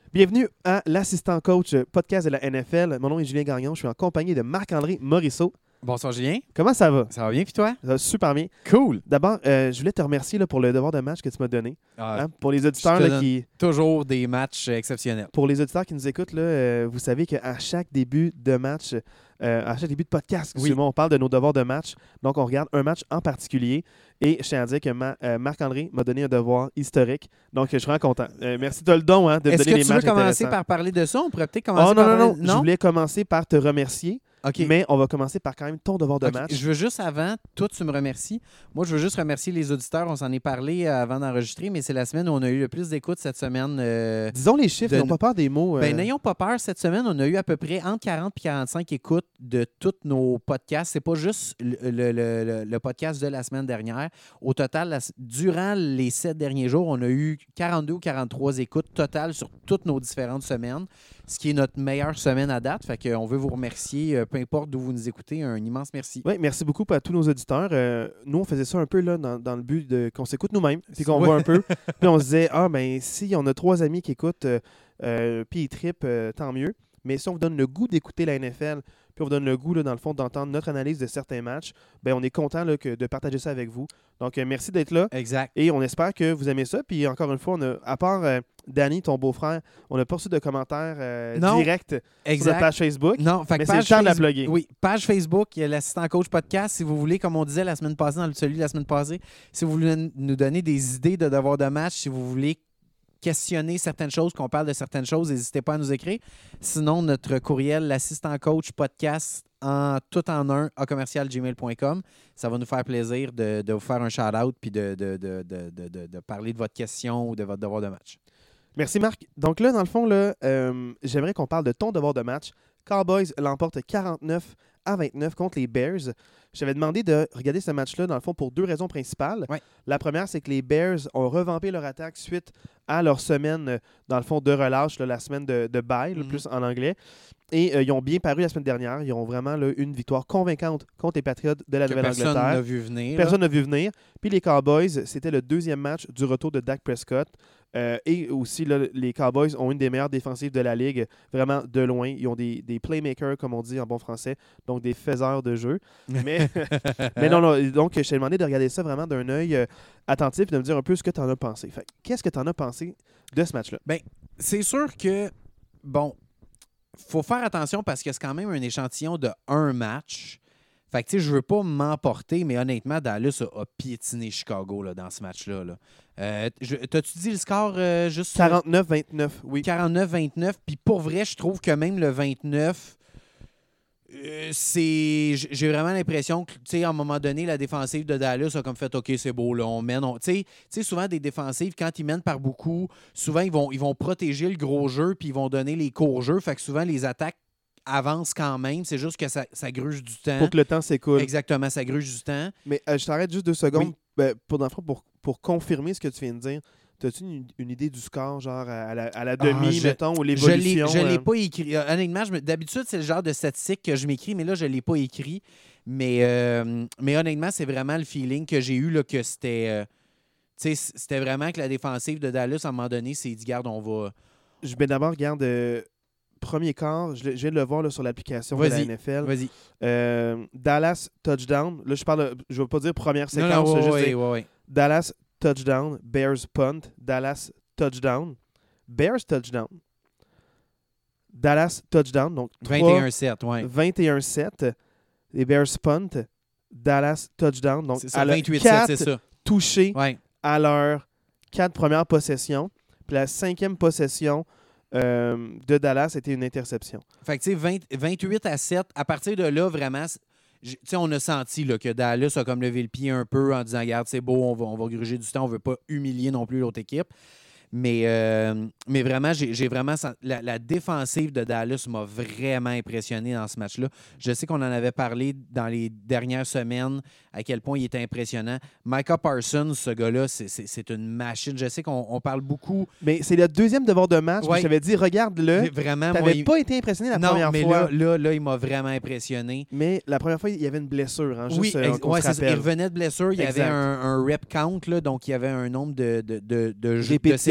Bienvenue à l'Assistant Coach podcast de la NFL. Mon nom est Julien Gagnon. Je suis en compagnie de Marc-André Morisseau. Bonsoir Julien. Comment ça va? Ça va bien puis toi? Ça va super bien. Cool. D'abord, je voulais te remercier là, pour le devoir de match que tu m'as donné. Pour les auditeurs je te là, donne qui... Toujours des matchs exceptionnels. Pour les auditeurs qui nous écoutent, là, vous savez qu'à chaque début de match, à chaque début de podcast, excusez-moi, on parle de nos devoirs de match. Donc, on regarde un match en particulier. Et je tiens à dire que Marc-André m'a donné un devoir historique. Donc, je suis vraiment content. Merci, tu as le don de me donner des matchs intéressants. Est-ce que tu veux commencer par parler de ça? On pourrait peut-être commencer par parler... non. Je voulais commencer par te remercier. Okay. Mais on va commencer par quand même ton devoir de match. Je veux juste avant, toi tu me remercies. Moi, je veux juste remercier les auditeurs. On s'en est parlé avant d'enregistrer, mais c'est la semaine où on a eu le plus d'écoutes cette semaine. Disons les chiffres, n'ayons pas peur des mots. N'ayons pas peur. Cette semaine, on a eu à peu près entre 40 et 45 écoutes de tous nos podcasts. C'est pas juste le podcast de la semaine dernière. Au total, durant les 7 derniers jours, on a eu 42 ou 43 écoutes totales sur toutes nos différentes semaines, ce qui est notre meilleure semaine à date. Fait qu'on veut vous remercier. Peu importe d'où vous nous écoutez, un immense merci. Oui, merci beaucoup à tous nos auditeurs. Nous, on faisait ça un peu là, dans le but qu'on s'écoute nous-mêmes, puis qu'on voit un peu. Puis on se disait, si on a 3 amis qui écoutent, puis ils trippent, tant mieux. Mais si on vous donne le goût d'écouter la NFL, puis on vous donne le goût, là, dans le fond, d'entendre notre analyse de certains matchs, ben on est content là, de partager ça avec vous. Donc, merci d'être là. Exact. Et on espère que vous aimez ça. Puis encore une fois, à part Danny, ton beau-frère, on n'a pas reçu de commentaires directs sur notre page Facebook. Non, mais c'est le temps de la plugger. Oui, page Facebook, il y a l'Assistant Coach Podcast. Si vous voulez, comme on disait la semaine passée, dans celui de la semaine passée, si vous voulez nous donner des idées de devoirs de match, si vous voulez questionner certaines choses, qu'on parle de certaines choses, n'hésitez pas à nous écrire. Sinon, notre courriel, l'assistant coach podcast, tout en un, @gmail.com. Ça va nous faire plaisir de vous faire un shout-out puis de parler de votre question ou de votre devoir de match. Merci, Marc. Donc là, dans le fond, là, j'aimerais qu'on parle de ton devoir de match. Cowboys l'emporte 49-29 contre les Bears. J'avais demandé de regarder ce match-là, dans le fond, pour 2 raisons principales. Ouais. La première, c'est que les Bears ont revampé leur attaque suite à leur semaine, dans le fond, de relâche, là, la semaine de bye, plus en anglais. Et ils ont bien paru la semaine dernière. Ils ont vraiment là, une victoire convaincante contre les Patriots de la Nouvelle-Angleterre. Personne n'a vu venir. Personne n'a vu venir. Puis les Cowboys, c'était le 2e match du retour de Dak Prescott. Et aussi, là, les Cowboys ont une des meilleures défensives de la Ligue, vraiment de loin. Ils ont des playmakers, comme on dit en bon français, donc des faiseurs de jeu. Mais non, donc je t'ai demandé de regarder ça vraiment d'un œil attentif et de me dire un peu ce que tu en as pensé. Fait, qu'est-ce que tu en as pensé de ce match-là? Bien, c'est sûr que, faut faire attention parce que c'est quand même un échantillon de 1 match. Fait que, tu sais, je veux pas m'emporter, mais honnêtement, Dallas a piétiné Chicago là, dans ce match-là. Là. T'as-tu dit le score juste... 49-29, oui. 49-29, puis pour vrai, je trouve que même le 29... j'ai vraiment l'impression que, tu sais, à un moment donné, la défensive de Dallas a comme fait « OK, c'est beau, là, on mène. » Tu sais, souvent, des défensives, quand ils mènent par beaucoup, souvent, ils vont protéger le gros jeu puis ils vont donner les courts jeux. Fait que souvent, les attaques avancent quand même. C'est juste que ça gruge du temps. Pour que le temps s'écoule. Exactement, ça gruge du temps. Mais je t'arrête juste 2 secondes oui. pour confirmer ce que tu viens de dire. As-tu une idée du score, genre à la demi, mettons, ou l'évolution? Je ne l'ai pas écrit. Honnêtement, d'habitude, c'est le genre de statistique que je m'écris, mais là, je ne l'ai pas écrit. Mais honnêtement, c'est vraiment le feeling que j'ai eu là, que c'était... c'était vraiment que la défensive de Dallas, à un moment donné, s'est dit, garde, on va... Je vais d'abord regarder premier quart. Je viens de le voir là, sur l'application de la NFL. Vas-y. Dallas, touchdown. Là, je ne vais pas dire première séquence. Oui. Dallas, touchdown. Bears, punt. Dallas, touchdown. Bears, touchdown. Dallas, touchdown. Donc 21-7, oui. 21-7. Les Bears, punt. Dallas, touchdown. Donc, c'est ça, 28-7, c'est ça. Touchés à leurs 4 premières possessions. Puis la 5e possession de Dallas, c'était une interception. Fait que, tu sais, 28-7, à partir de là, vraiment... on a senti là, que Dallas a comme levé le pied un peu en disant « Regarde, c'est beau, on va gruger du temps, on ne veut pas humilier non plus l'autre équipe. » Mais vraiment, j'ai vraiment la défensive de Dallas m'a vraiment impressionné dans ce match-là. Je sais qu'on en avait parlé dans les dernières semaines, à quel point il était impressionnant. Micah Parsons, ce gars-là, c'est une machine. Je sais qu'on parle beaucoup. Mais c'est le 2e devoir de match. Je t'avais dit, regarde-le. Vraiment, tu n'avais pas été impressionné la première fois. Non, mais là, il m'a vraiment impressionné. Mais la première fois, il y avait une blessure. Hein, oui, c'est ça. Il revenait de blessure. Il y avait un rep count, là, donc il y avait un nombre de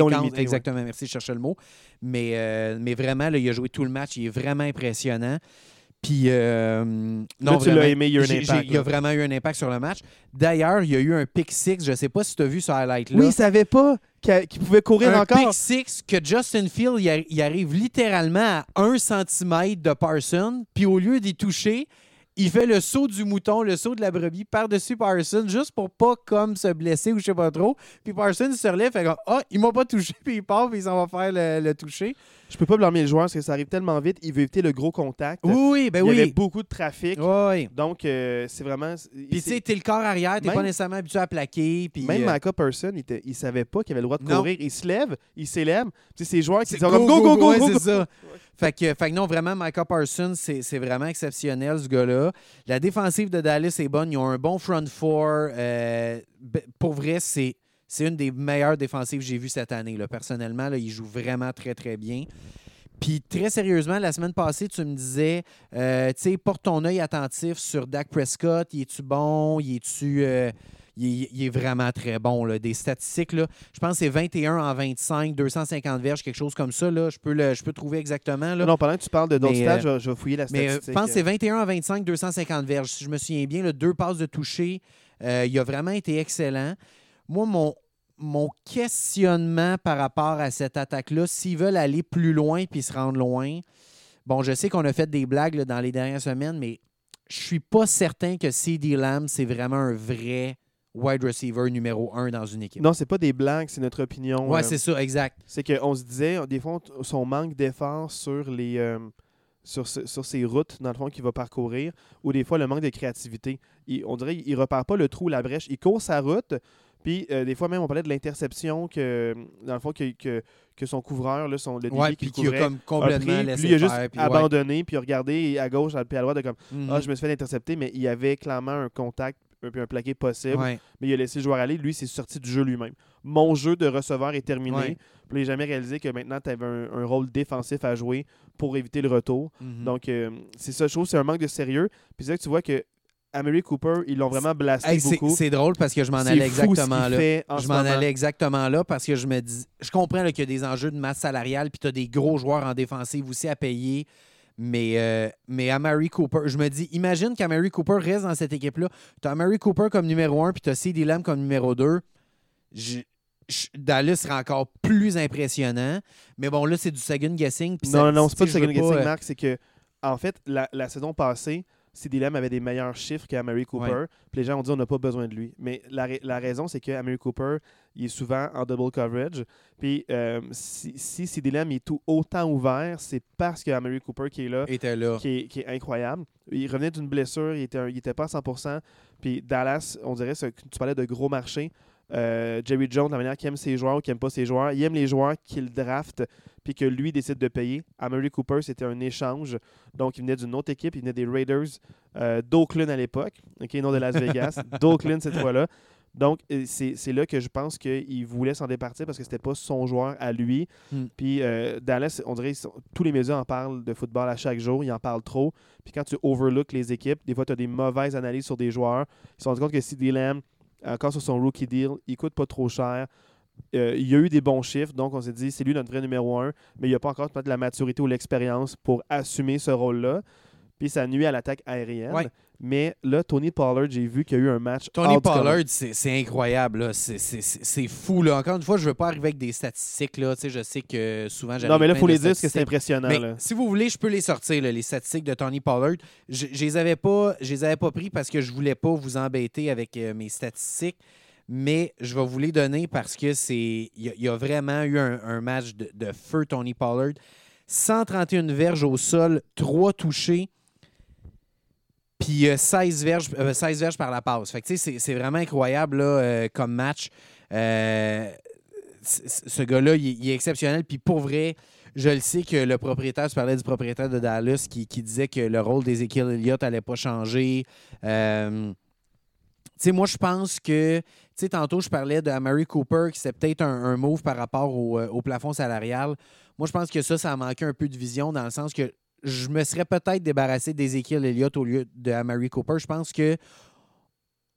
limité, exactement, merci, je cherchais le mot. Mais vraiment, là, il a joué tout le match. Il est vraiment impressionnant. Puis, non, là, tu l'as aimé, il y a eu un impact. Il y a vraiment eu un impact sur le match. D'ailleurs, il y a eu un pick six. Je ne sais pas si tu as vu ce highlight-là. Oui, il ne savait pas qu'il pouvait courir encore. Un pick six que Justin Field, il arrive littéralement à 1 centimètre de Parsons. Puis au lieu d'y toucher, il fait le saut du mouton, le saut de la brebis par-dessus Parsons, juste pour pas comme se blesser ou je sais pas trop. Puis Parsons se relève, fait comme il m'a pas touché, puis il part, puis il s'en va faire le toucher. Je peux pas blâmer le joueur parce que ça arrive tellement vite. Il veut éviter le gros contact. Oui, ben oui. Il y avait beaucoup de trafic. Oui. Donc, c'est vraiment... Puis tu sais, t'es le corps arrière, t'es pas nécessairement habitué à plaquer. Puis, même Micah Parsons, il savait pas qu'il avait le droit de courir. Il se lève, il s'élève. Tu sais, ces joueurs qui disent go, go, go, go, c'est ça. Ouais. Fait que non, vraiment, Micah Parsons, c'est vraiment exceptionnel, ce gars-là. La défensive de Dallas est bonne. Ils ont un bon front four. Pour vrai, c'est une des meilleures défensives que j'ai vues cette année. Là. Personnellement, là, ils jouent vraiment très, très bien. Puis très sérieusement, la semaine passée, tu me disais, tu sais, porte ton œil attentif sur Dak Prescott. Il est-tu bon? Il est vraiment très bon. Là. Des statistiques, là, je pense que c'est 21 en 25, 250 verges, quelque chose comme ça. Là. Je peux trouver exactement. Là. Non, pendant que tu parles de d'autres stats, je vais fouiller la statistique. Mais je pense que c'est 21 en 25, 250 verges. Si je me souviens bien, là, 2 passes de toucher. Il a vraiment été excellent. Moi, mon questionnement par rapport à cette attaque-là, s'ils veulent aller plus loin puis se rendre loin, bon, je sais qu'on a fait des blagues là, dans les dernières semaines, mais je suis pas certain que CeeDee Lamb, c'est vraiment un vrai wide receiver numéro 1 dans une équipe. Non, c'est pas des blagues, c'est notre opinion. Oui, c'est ça, exact. C'est qu'on se disait, des fois, son manque d'effort sur les... sur ses routes, dans le fond, qu'il va parcourir, ou des fois, le manque de créativité. On dirait qu'il ne repart pas le trou ou la brèche. Il court sa route, puis des fois même, on parlait de l'interception que, dans le fond, que son couvreur, là, le DB qui couvrait, a comme complètement laissé lui, il a juste faire, puis abandonné, puis il a regardé à gauche, puis à droite, de comme je me suis fait intercepter, mais il y avait clairement un contact, puis un plaqué possible, mais il a laissé le joueur aller. Lui, il s'est sorti du jeu lui-même. Mon jeu de receveur est terminé. Puis il n'a jamais réalisé que maintenant, tu avais un rôle défensif à jouer pour éviter le retour. Donc, c'est ça, je trouve, c'est un manque de sérieux. Puis c'est là que tu vois que Amari Cooper, ils l'ont vraiment blasté beaucoup. C'est drôle parce que je m'en allais exactement là. Je m'en allais exactement là parce que je me dis, je comprends là, qu'il y a des enjeux de masse salariale puis tu as des gros joueurs en défensive aussi à payer. Mais Amari Cooper, je me dis, imagine qu'Amari Cooper reste dans cette équipe-là. Tu as Amari Cooper comme numéro 1 puis tu as CeeDee Lamb comme numéro 2. Dallas sera encore plus impressionnant. Mais bon, là, c'est du second guessing. Non, c'est pas du second guessing, Marc. C'est que, en fait, la saison passée, CeeDee Lamb avait des meilleurs chiffres qu'Amari Cooper. Puis les gens ont dit on n'a pas besoin de lui. Mais la raison, c'est qu'Amari Cooper, il est souvent en double coverage. Puis si CeeDee Lamb est autant ouvert, c'est parce qu'Amari Cooper qui est là, qui est incroyable. Il revenait d'une blessure, il était pas à 100%. Puis Dallas, on dirait, tu parlais de gros marché. Jerry Jones, la manière qu'il aime ses joueurs ou qu'il n'aime pas ses joueurs, il aime les joueurs qu'il draft puis que lui décide de payer. Amari Cooper, c'était un échange. Donc, il venait d'une autre équipe. Il venait des Raiders d'Oakland à l'époque. Non de Las Vegas. d'Oakland cette fois-là. Donc, c'est là que je pense qu'il voulait s'en départir parce que c'était pas son joueur à lui. Puis Dallas, on dirait tous les médias en parlent de football à chaque jour. Ils en parlent trop. Puis quand tu overlook les équipes, des fois, tu as des mauvaises analyses sur des joueurs. Ils se sont rendus compte que CeeDee Lamb, encore sur son rookie deal, il coûte pas trop cher. Il y a eu des bons chiffres, donc on s'est dit c'est lui notre vrai numéro 1, mais il n'y a pas encore peut-être la maturité ou l'expérience pour assumer ce rôle-là. Puis ça nuit à l'attaque aérienne. Mais là, Tony Pollard, j'ai vu qu'il y a eu un match. Tony Pollard, c'est incroyable. Là. C'est fou. Là. Encore une fois, je ne veux pas arriver avec des statistiques. Là. Je sais que souvent, j'arrive. Non, mais là, il faut les dire parce que c'est impressionnant. Mais, là. si vous voulez, je peux les sortir, là, les statistiques de Tony Pollard. Je ne les avais pas pris parce que je ne voulais pas vous embêter avec mes statistiques. Mais je vais vous les donner parce que il y a vraiment eu un match de feu, Tony Pollard. 131 verges au sol, 3 touchés. Puis 16 verges par la passe. Fait que, c'est vraiment incroyable là, comme match. Ce gars-là, il est exceptionnel. Puis pour vrai, je le sais que le propriétaire, tu parlais du propriétaire de Dallas qui disait que le rôle d'Ezekiel Elliott n'allait pas changer. Moi, je pense que, tantôt, je parlais de Amari Cooper, qui c'était peut-être un move par rapport au plafond salarial. Moi, je pense que ça a manqué un peu de vision dans le sens que je me serais peut-être débarrassé d'Ezekiel Elliott au lieu de Amari Cooper. Je pense que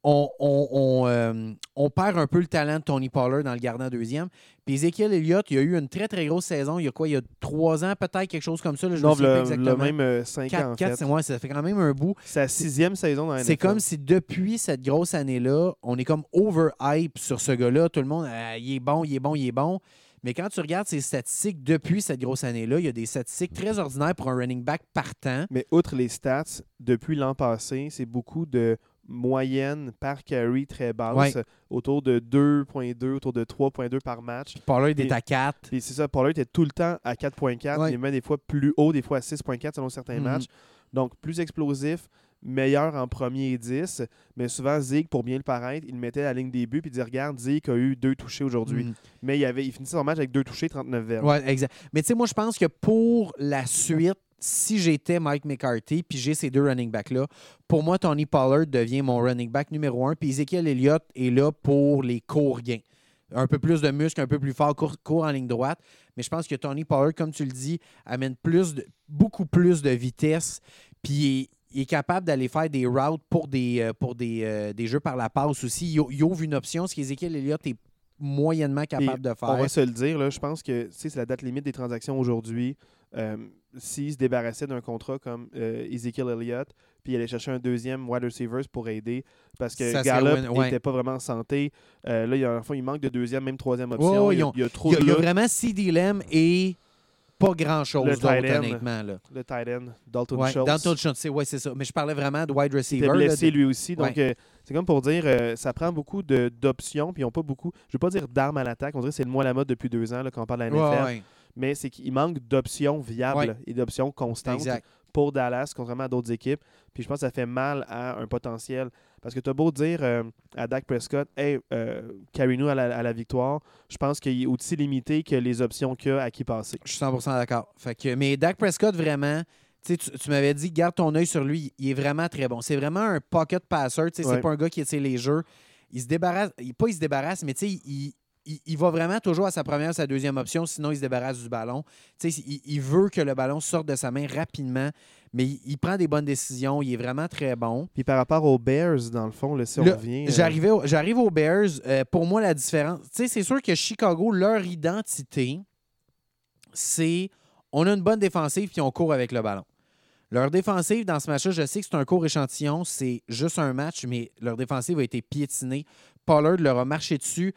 on perd un peu le talent de Tony Pollard dans le gardant deuxième. Puis Ezekiel Elliott, il a eu une très, très grosse saison. Il y a quoi? Il y a 3 ans, peut-être, quelque chose comme ça. Là, je ne sais pas exactement. Même 5 ans, en fait. Ouais, ça fait quand même un bout. C'est la 6e saison dans la NFL. C'est comme si depuis cette grosse année-là, on est comme over-hype sur ce gars-là. Tout le monde, il est bon, il est bon, il est bon. Mais quand tu regardes ses statistiques depuis cette grosse année-là, il y a des statistiques très ordinaires pour un running back partant. Mais outre les stats, depuis l'an passé, c'est beaucoup de moyenne par carry très basse, autour de 2.2, autour de 3.2 par match. Pollard est à 4. Et c'est ça, Pollard était tout le temps à 4.4, et même des fois plus haut, des fois à 6.4 selon certains matchs. Donc, plus explosif, meilleur en premier et 10, mais souvent, Zeke, pour bien le paraître, il mettait à la ligne des buts et disait, regarde, Zeke a eu 2 touchés aujourd'hui. Mais il finissait son match avec 2 touchés, 39 verges. Oui, exact. Mais tu sais, moi, je pense que pour la suite, si j'étais Mike McCarthy puis j'ai ces 2 running backs-là, pour moi, Tony Pollard devient mon running back numéro 1, puis Ezekiel Elliott est là pour les courts gains. Un peu plus de muscles, un peu plus fort, court en ligne droite. Mais je pense que Tony Pollard, comme tu le dis, amène beaucoup plus de vitesse, puis il est capable d'aller faire des routes pour des jeux par la passe aussi. Il ouvre une option, ce qu'Ezekiel Elliott est moyennement capable de faire. On va se le dire, là, je pense que c'est la date limite des transactions aujourd'hui. S'il se débarrassait d'un contrat comme Ezekiel Elliott, puis il allait chercher un deuxième wide receiver pour aider, parce que Gallup n'était pas vraiment en santé. Là, il manque de deuxième, même troisième option. Il y a vraiment CeeDee Lamb et pas grand-chose d'autre, honnêtement. Là. Le tight end, Dalton Schultz. Dalton Schultz, oui, c'est ça. Mais je parlais vraiment de wide receiver. Il était blessé lui aussi. Donc, c'est comme pour dire, ça prend beaucoup d'options, puis ils n'ont pas beaucoup, je ne veux pas dire d'armes à l'attaque. On dirait que c'est le mot à la mode depuis 2 ans là, quand on parle de la NFL. Mais c'est qu'il manque d'options viables et d'options constantes pour Dallas, contrairement à d'autres équipes. Puis je pense que ça fait mal à un potentiel. Parce que tu as beau dire à Dak Prescott, « Hey, carry-nous à la victoire », je pense qu'il est aussi limité que les options qu'il a à qui passer. Je suis 100% d'accord. Mais Dak Prescott, vraiment, tu m'avais dit, garde ton œil sur lui, il est vraiment très bon. C'est vraiment un pocket passer. C'est pas un gars qui essaie les jeux. Il se débarrasse, mais il va vraiment toujours à sa première, sa deuxième option, sinon il se débarrasse du ballon. Il veut que le ballon sorte de sa main rapidement, mais il prend des bonnes décisions. Il est vraiment très bon. Puis par rapport aux Bears, dans le fond, là, si on revient... J'arrive aux Bears. Pour moi, la différence... c'est sûr que Chicago, leur identité, c'est on a une bonne défensive puis on court avec le ballon. Leur défensive, dans ce match-là, je sais que c'est un court échantillon, c'est juste un match, mais leur défensive a été piétinée. Pollard leur a marché dessus.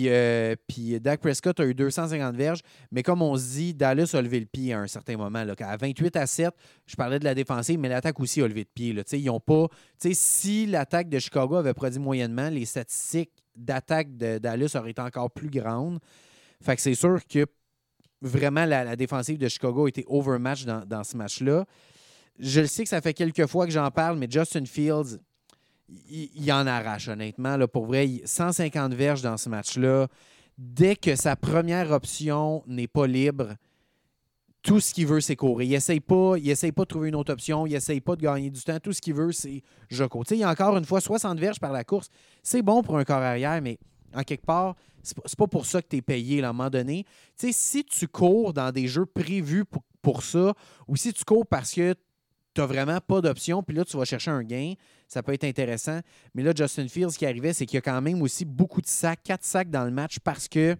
Puis Dak Prescott a eu 250 verges, mais comme on se dit, Dallas a levé le pied à un certain moment. Là, à 28-7, je parlais de la défensive, mais l'attaque aussi a levé le pied. Là. Ils ont pas, si l'attaque de Chicago avait produit moyennement, les statistiques d'attaque de Dallas auraient été encore plus grandes. Fait que c'est sûr que vraiment la défensive de Chicago a été overmatch dans ce match-là. Je le sais que ça fait quelques fois que j'en parle, mais Justin Fields... Il en arrache, honnêtement. Là, pour vrai, 150 verges dans ce match-là. Dès que sa première option n'est pas libre, tout ce qu'il veut, c'est courir. Il n'essaye pas de trouver une autre option. Il n'essaye pas de gagner du temps. Tout ce qu'il veut, c'est je cours. Il y a encore une fois 60 verges par la course. C'est bon pour un corps arrière, mais en quelque part, c'est pas pour ça que tu es payé là, à un moment donné. Si tu cours dans des jeux prévus pour ça, ou si tu cours parce que tu n'as vraiment pas d'option, puis là, tu vas chercher un gain, ça peut être intéressant. Mais là, Justin Fields, ce qui arrivait, c'est qu'il y a quand même aussi beaucoup de sacs, 4 sacs dans le match parce que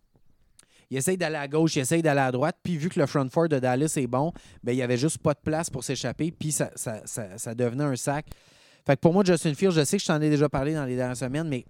il essaye d'aller à gauche, il essaye d'aller à droite, puis vu que le front four de Dallas est bon, ben, il n'y avait juste pas de place pour s'échapper, puis ça devenait un sac. Fait que pour moi, Justin Fields, je sais que je t'en ai déjà parlé dans les dernières semaines, mais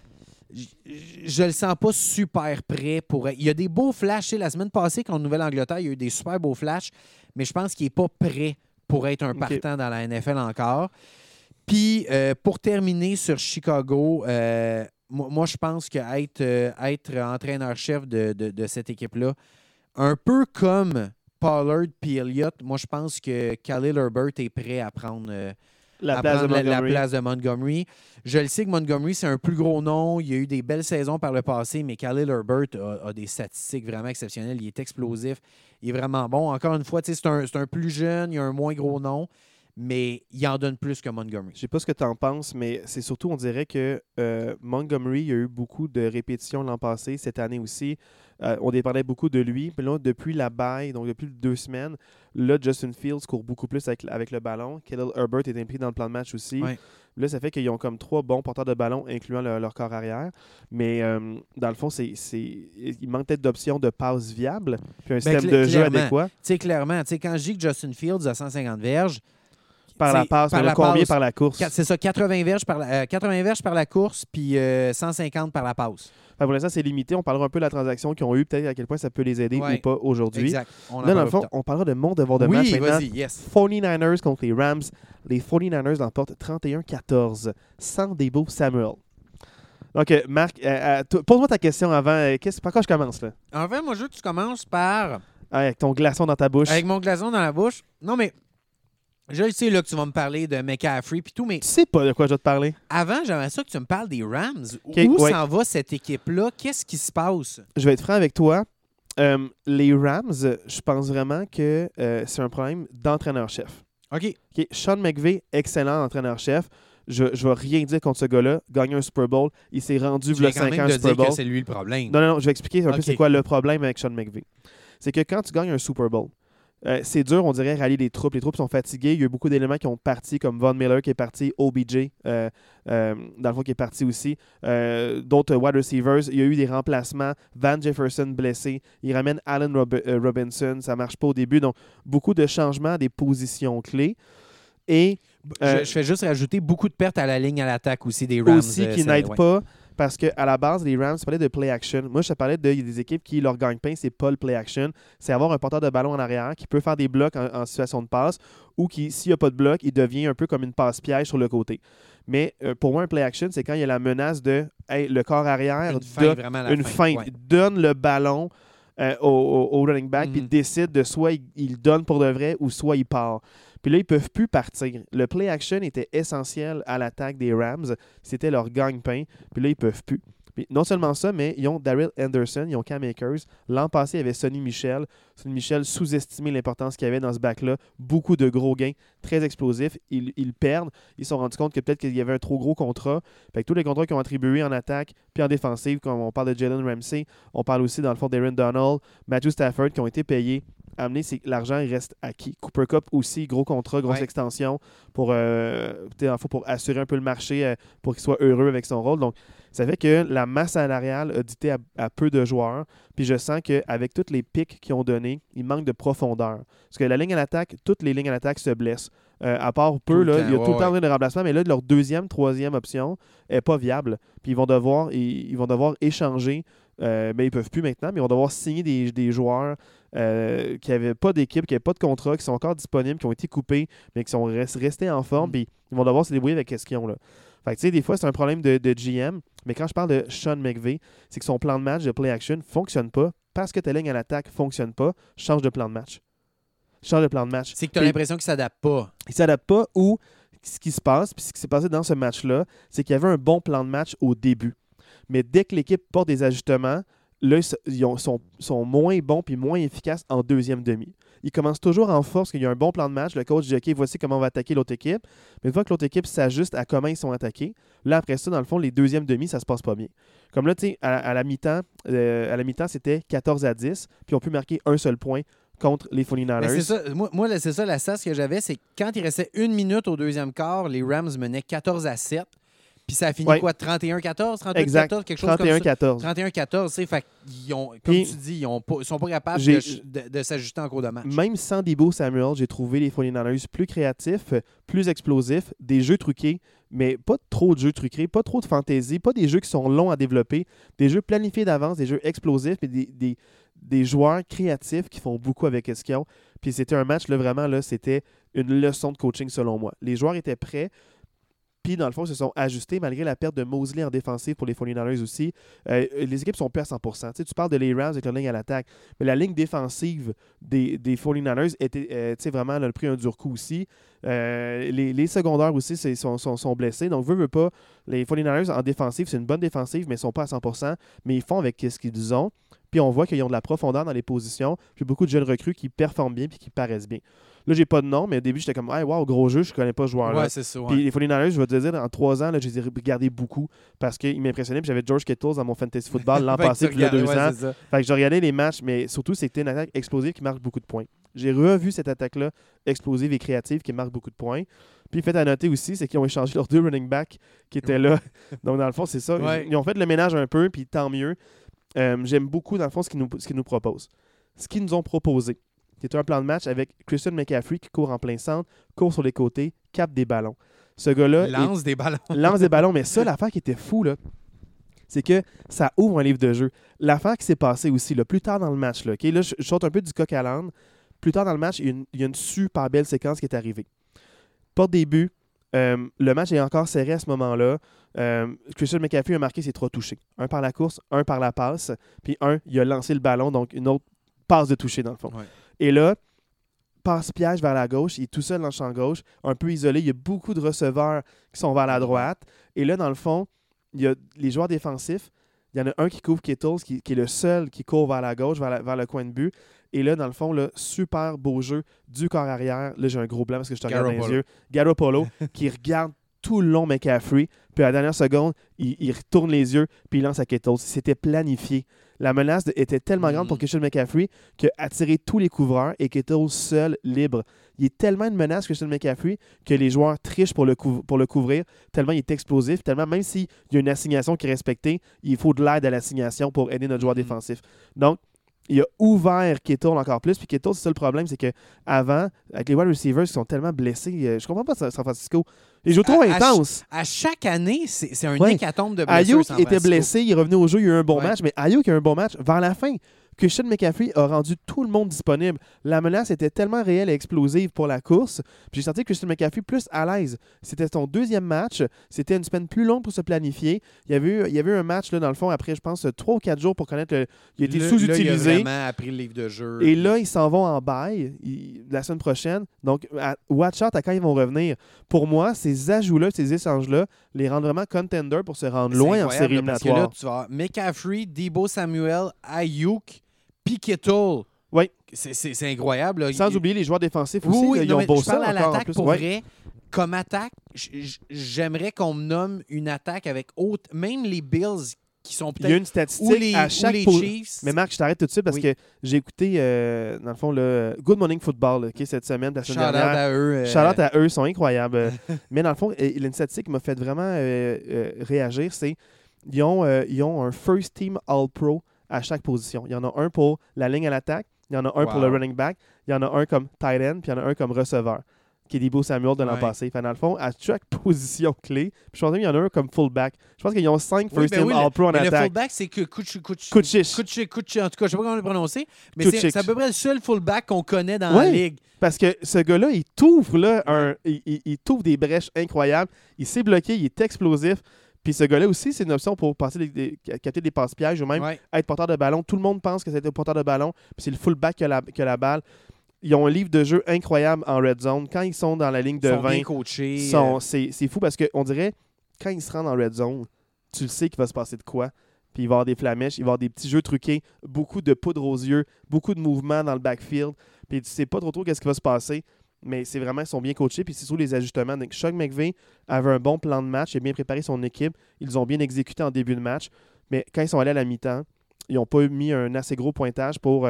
je le sens pas super prêt pour... Il y a des beaux flashs. La semaine passée, contre Nouvelle-Angleterre, il y a eu des super beaux flashs, mais je pense qu'il n'est pas prêt pour être un partant dans la NFL encore. Puis, pour terminer sur Chicago, moi, je pense qu'être entraîneur-chef de cette équipe-là, un peu comme Pollard et Elliott, moi, je pense que Khalil Herbert est prêt à prendre la place de Montgomery. Je le sais que Montgomery, c'est un plus gros nom. Il a eu des belles saisons par le passé, mais Khalil Herbert a des statistiques vraiment exceptionnelles. Il est explosif. Il est vraiment bon. Encore une fois, c'est un plus jeune, il a un moins gros nom. mais il en donne plus que Montgomery. Je sais pas ce que tu en penses, mais c'est surtout, on dirait que Montgomery, il y a eu beaucoup de répétitions l'an passé, cette année aussi. On dépendait beaucoup de lui. Puis là, depuis la bye, donc depuis 2 semaines, là, Justin Fields court beaucoup plus avec le ballon. Khalil Herbert est impliqué dans le plan de match aussi. Ouais. Là, ça fait qu'ils ont comme 3 bons porteurs de ballon, incluant leur corps arrière. Mais dans le fond, il manque peut-être d'options de passes viables, puis un système de jeu adéquat. Tu sais, clairement, quand je dis que Justin Fields a 150 verges, Par la passe, mais combien par la course? C'est ça, 80 verges par la course, puis 150 par la passe. Pour l'instant, c'est limité. On parlera un peu de la transaction qu'ils ont eue, peut-être à quel point ça peut les aider ou pas aujourd'hui. Exact. Là, dans le fond, on parlera de mon devoir de match maintenant. Vas-y, yes. 49ers contre les Rams. Les 49ers l'emportent 31-14 sans Deebo Samuel. Donc, Marc, pose-moi ta question avant. Par quoi je commence, là? En fait, moi, je veux que tu commences par... Avec ton glaçon dans ta bouche. Avec mon glaçon dans la bouche. Non, mais je sais là, que tu vas me parler de McCaffrey puis tout, mais Tu sais pas de quoi je vais te parler. avant, j'aimerais ça que tu me parles des Rams. Okay, Où s'en va cette équipe-là? Qu'est-ce qui se passe? Je vais être franc avec toi. Les Rams, je pense vraiment que c'est un problème d'entraîneur-chef. OK. Sean McVay, excellent entraîneur-chef. Je ne vais rien dire contre ce gars-là. Gagner un Super Bowl, il s'est rendu Tu viens il y a quand 5 même ans de au Super dire Bowl. que c'est lui le problème. Non, je vais expliquer un peu OK. c'est quoi le problème avec Sean McVay. C'est que quand tu gagnes un Super Bowl, c'est dur, on dirait, rallier les troupes. Les troupes sont fatiguées. Il y a eu beaucoup d'éléments qui ont parti, comme Von Miller qui est parti, OBJ, dans le fond, qui est parti aussi. D'autres wide receivers. Il y a eu des remplacements. Van Jefferson blessé. Il ramène Allen Robinson. Ça ne marche pas au début. Donc, beaucoup de changements à des positions clés. Et Je fais juste rajouter beaucoup de pertes à la ligne à l'attaque aussi des Rams. aussi qui n'aident pas. Parce qu'à la base, les Rams, tu parlais de play action. Moi, je te parlais il y a des équipes qui, leur gagne-pain, c'est pas le play action. C'est avoir un porteur de ballon en arrière qui peut faire des blocs en situation de passe ou qui, s'il n'y a pas de bloc, il devient un peu comme une passe-piège sur le côté. Mais pour moi, un play action, c'est quand il y a la menace de le corps arrière, une feinte. Ouais. Donne le ballon au running back puis décide de soit il donne pour de vrai ou soit il part. Puis là, ils ne peuvent plus partir. Le play action était essentiel à l'attaque des Rams. C'était leur gagne-pain. Puis là, ils ne peuvent plus. Puis non seulement ça, mais ils ont Darrell Henderson, ils ont Cam Akers. L'an passé, il y avait Sonny Michel. Sonny Michel sous-estimé l'importance qu'il y avait dans ce back-là. Beaucoup de gros gains, très explosifs. Ils perdent. Ils se sont rendus compte que peut-être qu'il y avait un trop gros contrat. Fait que tous les contrats qu'ils ont attribués en attaque puis en défensive, comme on parle de Jalen Ramsey, on parle aussi dans le fond d'Aaron Donald, Matthew Stafford, qui ont été payés. Amener, c'est que l'argent il reste acquis. Cooper Kupp aussi, gros contrat, grosse extension pour assurer un peu le marché pour qu'il soit heureux avec son rôle. Donc, ça fait que la masse salariale a dicté à peu de joueurs. Puis je sens qu'avec tous les pics qu'ils ont donnés, il manque de profondeur. Parce que la ligne à l'attaque, toutes les lignes à l'attaque se blessent. À part peu, là, il y a tout le temps de remplacement, mais là, leur deuxième, troisième option n'est pas viable. Puis ils vont devoir échanger. Mais ils ne peuvent plus maintenant, mais ils vont devoir signer des joueurs qui n'avaient pas d'équipe, qui n'avaient pas de contrat, qui sont encore disponibles, qui ont été coupés, mais qui sont restés en forme, puis ils vont devoir se débrouiller avec ce qu'ils ont là. Fait que tu sais, des fois, c'est un problème de GM, mais quand je parle de Sean McVay, c'est que son plan de match de play action ne fonctionne pas parce que ta ligne à l'attaque ne fonctionne pas, change de plan de match. Change de plan de match. C'est que tu as l'impression qu'il ne s'adapte pas. Il ne s'adapte pas ou ce qui se passe, puis ce qui s'est passé dans ce match-là, c'est qu'il y avait un bon plan de match au début. Mais dès que l'équipe porte des ajustements, là, ils sont moins bons puis moins efficaces en deuxième demi. Ils commencent toujours en force, qu'il y a un bon plan de match. Le coach dit « OK, voici comment on va attaquer l'autre équipe. » Mais une fois que l'autre équipe s'ajuste à comment ils sont attaqués, là, après ça, dans le fond, les deuxièmes demi, ça se passe pas bien. Comme là, tu sais, à la mi-temps, c'était 14-10, puis on peut marquer un seul point contre les 49ers. Mais c'est ça. Moi, c'est ça la stats que j'avais, c'est que quand il restait 1 minute au deuxième quart, les Rams menaient 14-7. Puis ça a fini quoi? 31-14? 38-14? Quelque chose 31-14. 31-14. Fait qu'ils ont, comme tu dis, ils sont pas capables de s'ajuster en cours de match. Même sans Deebo Samuel, j'ai trouvé les 49ers plus créatifs, plus explosifs, des jeux truqués, mais pas trop de jeux truqués, pas trop de fantaisie, pas des jeux qui sont longs à développer, des jeux planifiés d'avance, des jeux explosifs, mais des joueurs créatifs qui font beaucoup avec ce qu'ils ont. Puis c'était un match, là, vraiment, là, c'était une leçon de coaching selon moi. Les joueurs étaient prêts. Puis, dans le fond, ils se sont ajustés malgré la perte de Mosley en défensive pour les 49ers aussi. Les équipes sont plus à 100%. Tu parles de les Rams avec leur ligne à l'attaque, mais la ligne défensive des 49ers était vraiment là, pris un dur coup aussi. Les secondaires aussi sont blessés. Donc, veut pas, les 49ers en défensive, c'est une bonne défensive, mais ils ne sont pas à 100%. Mais ils font avec ce qu'ils ont. Puis on voit qu'ils ont de la profondeur dans les positions, puis beaucoup de jeunes recrues qui performent bien puis qui paraissent bien. Là, j'ai pas de nom, mais au début, j'étais comme, hey, wow, gros jeu, je connais pas ce joueur-là. Ouais, c'est ça. Ouais. Puis les 49ers, je vais te dire, en 3 ans, là, je les ai regardés beaucoup parce qu'ils m'impressionnaient. Puis j'avais George Kittles dans mon fantasy football l'an passé, puis il y a 2 ans. Fait que j'ai regardé les matchs, mais surtout, c'était une attaque explosive qui marque beaucoup de points. J'ai revu cette attaque-là explosive et créative qui marque beaucoup de points. Puis fait à noter aussi, c'est qu'ils ont échangé leurs 2 running backs qui étaient là. Donc, dans le fond, c'est ça. Ouais. Ils ont fait le ménage un peu, puis tant mieux. J'aime beaucoup, dans le fond, ce qu'ils nous proposent. Ce qu'ils nous ont proposé, c'est un plan de match avec Christian McCaffrey qui court en plein centre, court sur les côtés, capte des ballons. Ce gars-là lance des ballons. lance des ballons, mais ça, l'affaire qui était fou, là, c'est que ça ouvre un livre de jeu. L'affaire qui s'est passée aussi, là, plus tard dans le match, là, okay, là je saute un peu du coq à l'âne. Plus tard dans le match, il y a une super belle séquence qui est arrivée. Pas de début. Le match est encore serré à ce moment-là. Christian McCaffrey a marqué ses 3 touchés. Un par la course, un par la passe, puis il a lancé le ballon, donc une autre passe de toucher dans le fond. Ouais. Et là, passe piège vers la gauche, il est tout seul dans le champ gauche, un peu isolé. Il y a beaucoup de receveurs qui sont vers la droite. Et là, dans le fond, il y a les joueurs défensifs. Il y en a un qui couvre Kittles, qui est le seul qui court vers la gauche, vers le coin de but. Et là, dans le fond, là, super beau jeu du corps arrière. Là, j'ai un gros blanc parce que je te regarde dans les yeux. Garoppolo, qui regarde tout le long McCaffrey. Puis à la dernière seconde, il retourne les yeux puis il lance à Kittles. C'était planifié. La menace était tellement grande pour Christian McCaffrey qu'il a attiré tous les couvreurs et Kittles seul, libre. Il est tellement une menace, Christian McCaffrey, que les joueurs trichent pour le couvrir, tellement il est explosif, tellement même s'il y a une assignation qui est respectée, il faut de l'aide à l'assignation pour aider notre joueur défensif. Donc, il a ouvert Kittle encore plus. Puis Kittle, c'est ça le problème, c'est qu'avant, avec les wide receivers qui sont tellement blessés, je comprends pas San Francisco. Les jeux trop intenses. À chaque année, c'est un Ouais. hécatombe de blessures. Ayuk était blessé, il est revenu au jeu, il a eu un bon Ouais. match, mais Ayuk a eu un bon match vers la fin. Christian McCaffrey a rendu tout le monde disponible. La menace était tellement réelle et explosive pour la course. Puis j'ai senti Christian McCaffrey plus à l'aise. C'était son 2e match. C'était une semaine plus longue pour se planifier. Il y avait eu un match, là, dans le fond, après, je pense, 3 ou 4 jours pour connaître il a été sous-utilisé. Là, il a vraiment appris le livre de jeu. Et là, ils s'en vont en bail la semaine prochaine. Donc, watch out à quand ils vont revenir. Pour moi, ces ajouts-là, ces échanges-là, les rendent vraiment contenders pour se rendre loin en série éliminatoire. Parce que là, tu vas avoir McCaffrey, Deebo Samuel, Ayuk, puis Kittle. Oui. C'est incroyable. Là. Sans oublier les joueurs défensifs aussi. Oui, ils ont beau je ça parle à encore en l'attaque plus. pour Ouais. vrai. Comme attaque, j'aimerais qu'on me nomme une attaque avec même les Bills qui sont Il y a peut-être une statistique à chaque ou les pause. Chiefs. Mais Marc, je t'arrête tout de suite parce que j'ai écouté, dans le fond, le Good Morning Football cette semaine, la semaine Shout-out dernière. à eux. Shout-out à eux, ils sont incroyables. Mais dans le fond, il y a une statistique qui m'a fait vraiment réagir, c'est ils ont un First Team All-Pro à chaque position. Il y en a un pour la ligne à l'attaque, il y en a un pour le running back, il y en a un comme tight end, puis il y en a un comme receveur, qui est Deebo Samuel de l'an passé. Fait, dans le fond, à chaque position clé, puis je pense qu'il y en a un comme fullback. Je pense qu'ils ont 5 First Team All-Pro en attaque. Le fullback, c'est que Kuchish. En tout cas, je sais pas comment le prononcer, mais c'est à peu près le seul fullback qu'on connaît dans la ligue. Parce que ce gars-là, il t'ouvre il t'ouvre des brèches incroyables. Il sait bloquer, il est explosif. Puis ce gars-là aussi, c'est une option pour capter des passes pièges ou même être porteur de ballon. Tout le monde pense que c'est un porteur de ballon, puis c'est le fullback qui a la balle. Ils ont un livre de jeu incroyable en red zone. Quand ils sont dans la ligne de 20, bien coachés. C'est fou parce qu'on dirait, quand ils se rendent en red zone, tu le sais qu'il va se passer de quoi. Puis il va y avoir des flamèches, il va y avoir des petits jeux truqués, beaucoup de poudre aux yeux, beaucoup de mouvements dans le backfield. Puis tu sais pas trop qu'est-ce qui va se passer. Mais c'est vraiment, ils sont bien coachés, puis c'est sur les ajustements. Donc, Sean McVay avait un bon plan de match, il a bien préparé son équipe, ils ont bien exécuté en début de match, mais quand ils sont allés à la mi-temps, ils n'ont pas mis un assez gros pointage pour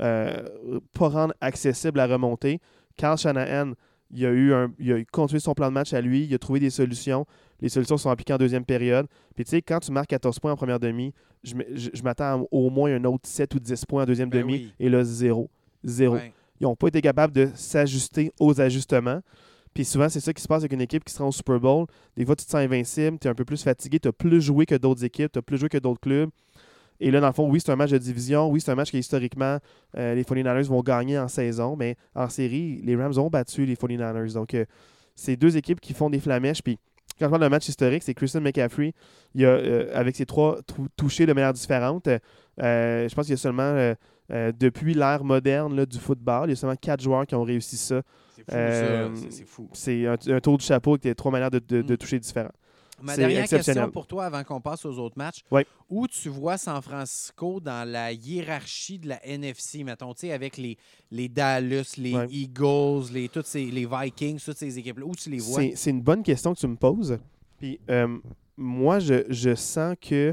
pas rendre accessible la remontée. Kyle Shanahan, il a continué son plan de match à lui, il a trouvé des solutions. Les solutions sont appliquées en deuxième période. Puis tu sais, quand tu marques 14 points en première demi, je m'attends à au moins un autre 7 ou 10 points en deuxième demi, oui. Et là, 0. Ouais. Ils n'ont pas été capables de s'ajuster aux ajustements. Puis souvent, c'est ça qui se passe avec une équipe qui se rend au Super Bowl. Des fois, tu te sens invincible, tu es un peu plus fatigué, tu as plus joué que d'autres équipes, tu as plus joué que d'autres clubs. Et là, dans le fond, oui, c'est un match de division. Oui, c'est un match qui, historiquement, les 49ers vont gagner en saison. Mais en série, les Rams ont battu les 49ers. Donc, c'est deux équipes qui font des flamèches. Puis, quand je parle d'un match historique, c'est Christian McCaffrey. Il a, avec ses 3 touchés de manière différente, je pense qu'il y a seulement... depuis l'ère moderne là, du football, il y a seulement 4 joueurs qui ont réussi ça. C'est fou, ça. C'est fou. C'est un tour du chapeau avec 3 manières de toucher différentes. Ma c'est dernière exceptionnel. question pour toi avant qu'on passe aux autres matchs. Oui. Où tu vois San Francisco dans la hiérarchie de la NFC, mettons, tu sais, avec les Dallas, les Ouais. Eagles, les Vikings, toutes ces équipes-là. Où tu les vois? C'est une bonne question que tu me poses. Puis moi, je sens que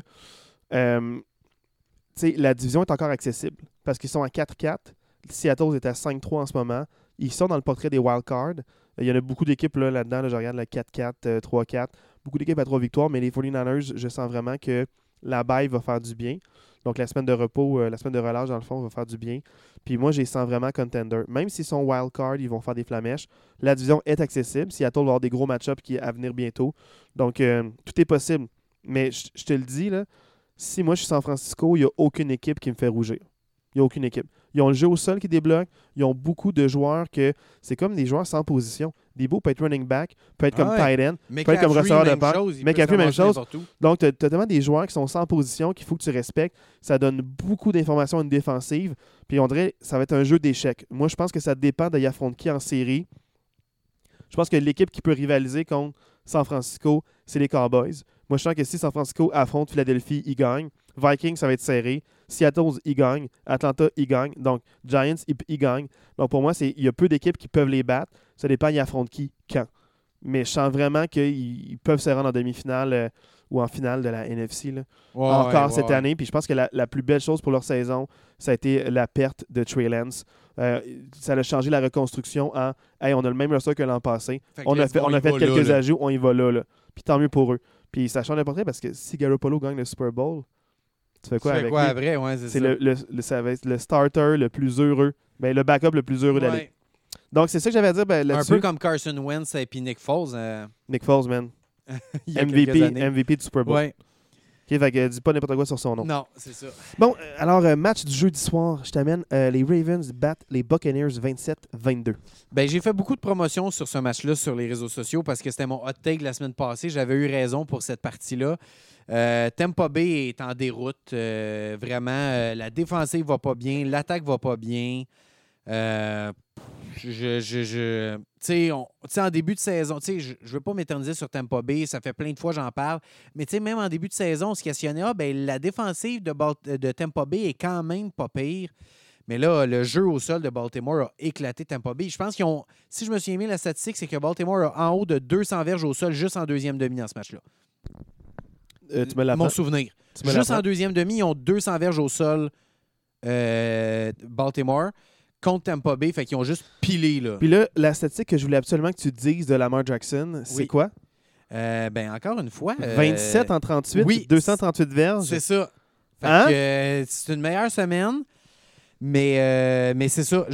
la division est encore accessible parce qu'ils sont à 4-4. Seattle est à 5-3 en ce moment. Ils sont dans le portrait des wildcards. Il y en a beaucoup d'équipes là-dedans. Là, je regarde le 4-4, 3-4. Beaucoup d'équipes à 3 victoires, mais les 49ers, je sens vraiment que la bye va faire du bien. Donc la semaine de repos, la semaine de relâche, dans le fond, va faire du bien. Puis moi, je les sens vraiment contender. Même s'ils sont wildcards, ils vont faire des flamèches. La division est accessible. Seattle va avoir des gros match-ups à venir bientôt. Donc tout est possible. Mais je te le dis, là, si moi je suis San Francisco, il n'y a aucune équipe qui me fait rougir. Il n'y a aucune équipe. Ils ont le jeu au sol qui débloque. Ils ont beaucoup de joueurs que c'est comme des joueurs sans position. Debo peut être running back, peut être comme tight end, peut être comme receveur de passe. McCaffrey, même chose. Donc, tu as tellement des joueurs qui sont sans position qu'il faut que tu respectes. Ça donne beaucoup d'informations à une défensive. Puis on dirait que ça va être un jeu d'échecs. Moi, je pense que ça dépend d'y affronter qui en série. Je pense que l'équipe qui peut rivaliser contre San Francisco, c'est les Cowboys. Moi, je sens que si San Francisco affronte Philadelphie, ils gagnent. Vikings, ça va être serré. Seattle, ils gagnent. Atlanta, ils gagnent. Donc, Giants, ils gagnent. Donc, pour moi, il y a peu d'équipes qui peuvent les battre. Ça dépend, ils affrontent qui, quand. Mais je sens vraiment qu'ils peuvent se rendre en demi-finale ou en finale de la NFC là. Encore cette année. Puis je pense que la plus belle chose pour leur saison, ça a été la perte de Trey Lance. Ça a changé la reconstruction en hey, on a le même roster que l'an passé. On a fait quelques ajouts, on y va là. Puis tant mieux pour eux. Puis ça change le portrait parce que si Garoppolo gagne le Super Bowl, tu fais quoi avec lui? Après? Ouais, c'est ça. Ça va être le starter le plus heureux. Ben, le backup le plus heureux de la ligue. Donc, c'est ça que j'avais à dire là-dessus. Un peu comme Carson Wentz et puis Nick Foles. Nick Foles, man. Il y a quelques années. MVP du Super Bowl. Ouais. OK, fait que dis pas n'importe quoi sur son nom. Non, c'est ça. Bon, alors, match du jeudi soir. Je t'amène. Les Ravens battent les Buccaneers 27-22. Ben, j'ai fait beaucoup de promotions sur ce match-là sur les réseaux sociaux parce que c'était mon hot take la semaine passée. J'avais eu raison pour cette partie-là. Tampa Bay est en déroute. Vraiment, la défensive va pas bien. L'attaque va pas bien. Tu sais, en début de saison, tu sais, je ne veux pas m'éterniser sur Tampa Bay, ça fait plein de fois que j'en parle, mais tu sais, même en début de saison, on se questionnait, la défensive de Tampa Bay est quand même pas pire. Mais là, le jeu au sol de Baltimore a éclaté Tampa Bay. Je pense qu'ils ont, si je me souviens bien, la statistique, c'est que Baltimore a en haut de 200 verges au sol juste en deuxième demi dans ce match-là. Tu me l'apprends? Mon souvenir. Juste en deuxième demi, ils ont 200 verges au sol Baltimore. Contre Tampa Bay, fait qu'ils ont juste pilé. Là. Puis là, la statistique que je voulais absolument que tu dises de Lamar Jackson, c'est quoi? Ben encore une fois... 27 en 38, oui, 238 verges. C'est ça. Fait que, c'est une meilleure semaine, mais c'est ça.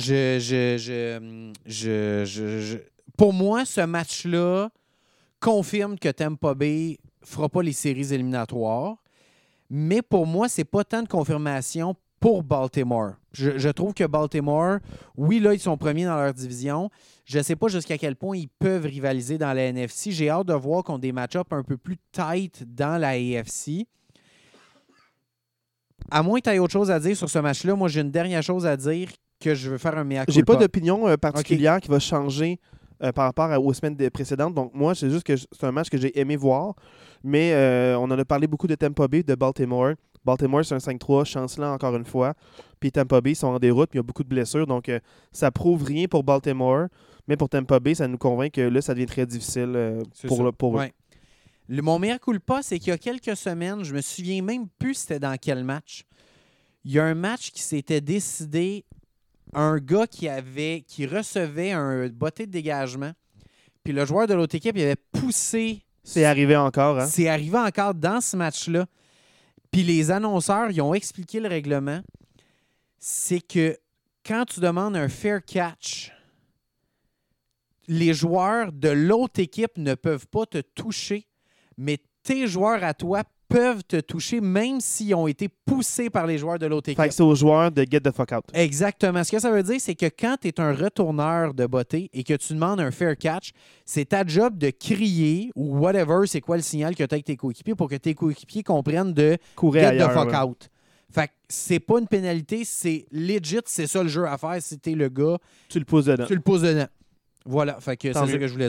Pour moi, ce match-là confirme que Tampa Bay fera pas les séries éliminatoires, mais pour moi, c'est pas tant de confirmation pour Baltimore. Je trouve que Baltimore, oui, là, ils sont premiers dans leur division. Je ne sais pas jusqu'à quel point ils peuvent rivaliser dans la NFC. J'ai hâte de voir qu'on a des match-ups un peu plus tight dans la AFC. À moins que tu aies autre chose à dire sur ce match-là, moi, j'ai une dernière chose à dire que je veux faire un mea culpa. J'ai pas d'opinion particulière qui va changer par rapport aux semaines précédentes. Donc, moi, c'est juste que c'est un match que j'ai aimé voir. Mais on en a parlé beaucoup de Tampa Bay, de Baltimore. Baltimore, c'est un 5-3, chancelant encore une fois. Puis Tampa Bay sont en déroute, puis il y a beaucoup de blessures. Donc, ça prouve rien pour Baltimore. Mais pour Tampa Bay, ça nous convainc que là, ça devient très difficile pour eux. Mon meilleur culpa, c'est qu'il y a quelques semaines, je me souviens même plus c'était dans quel match. Il y a un match qui s'était décidé, un gars qui recevait un botté de dégagement. Puis le joueur de l'autre équipe, il avait poussé. C'est arrivé encore, hein? C'est arrivé encore dans ce match-là. Puis les annonceurs, ils ont expliqué le règlement. C'est que quand tu demandes un fair catch, les joueurs de l'autre équipe ne peuvent pas te toucher, mais tes joueurs à toi peuvent te toucher même s'ils ont été poussés par les joueurs de l'autre équipe. Fait que c'est aux joueurs de get the fuck out. Exactement. Ce que ça veut dire, c'est que quand tu es un retourneur de botté et que tu demandes un fair catch, c'est ta job de crier ou whatever, c'est quoi le signal que tu as avec tes coéquipiers pour que tes coéquipiers comprennent de courir get ailleurs, the fuck out. Fait que c'est pas une pénalité, c'est legit, c'est ça le jeu à faire. Si t'es le gars, tu le pousses dedans. Voilà. Fait que c'est ça que je voulais dire.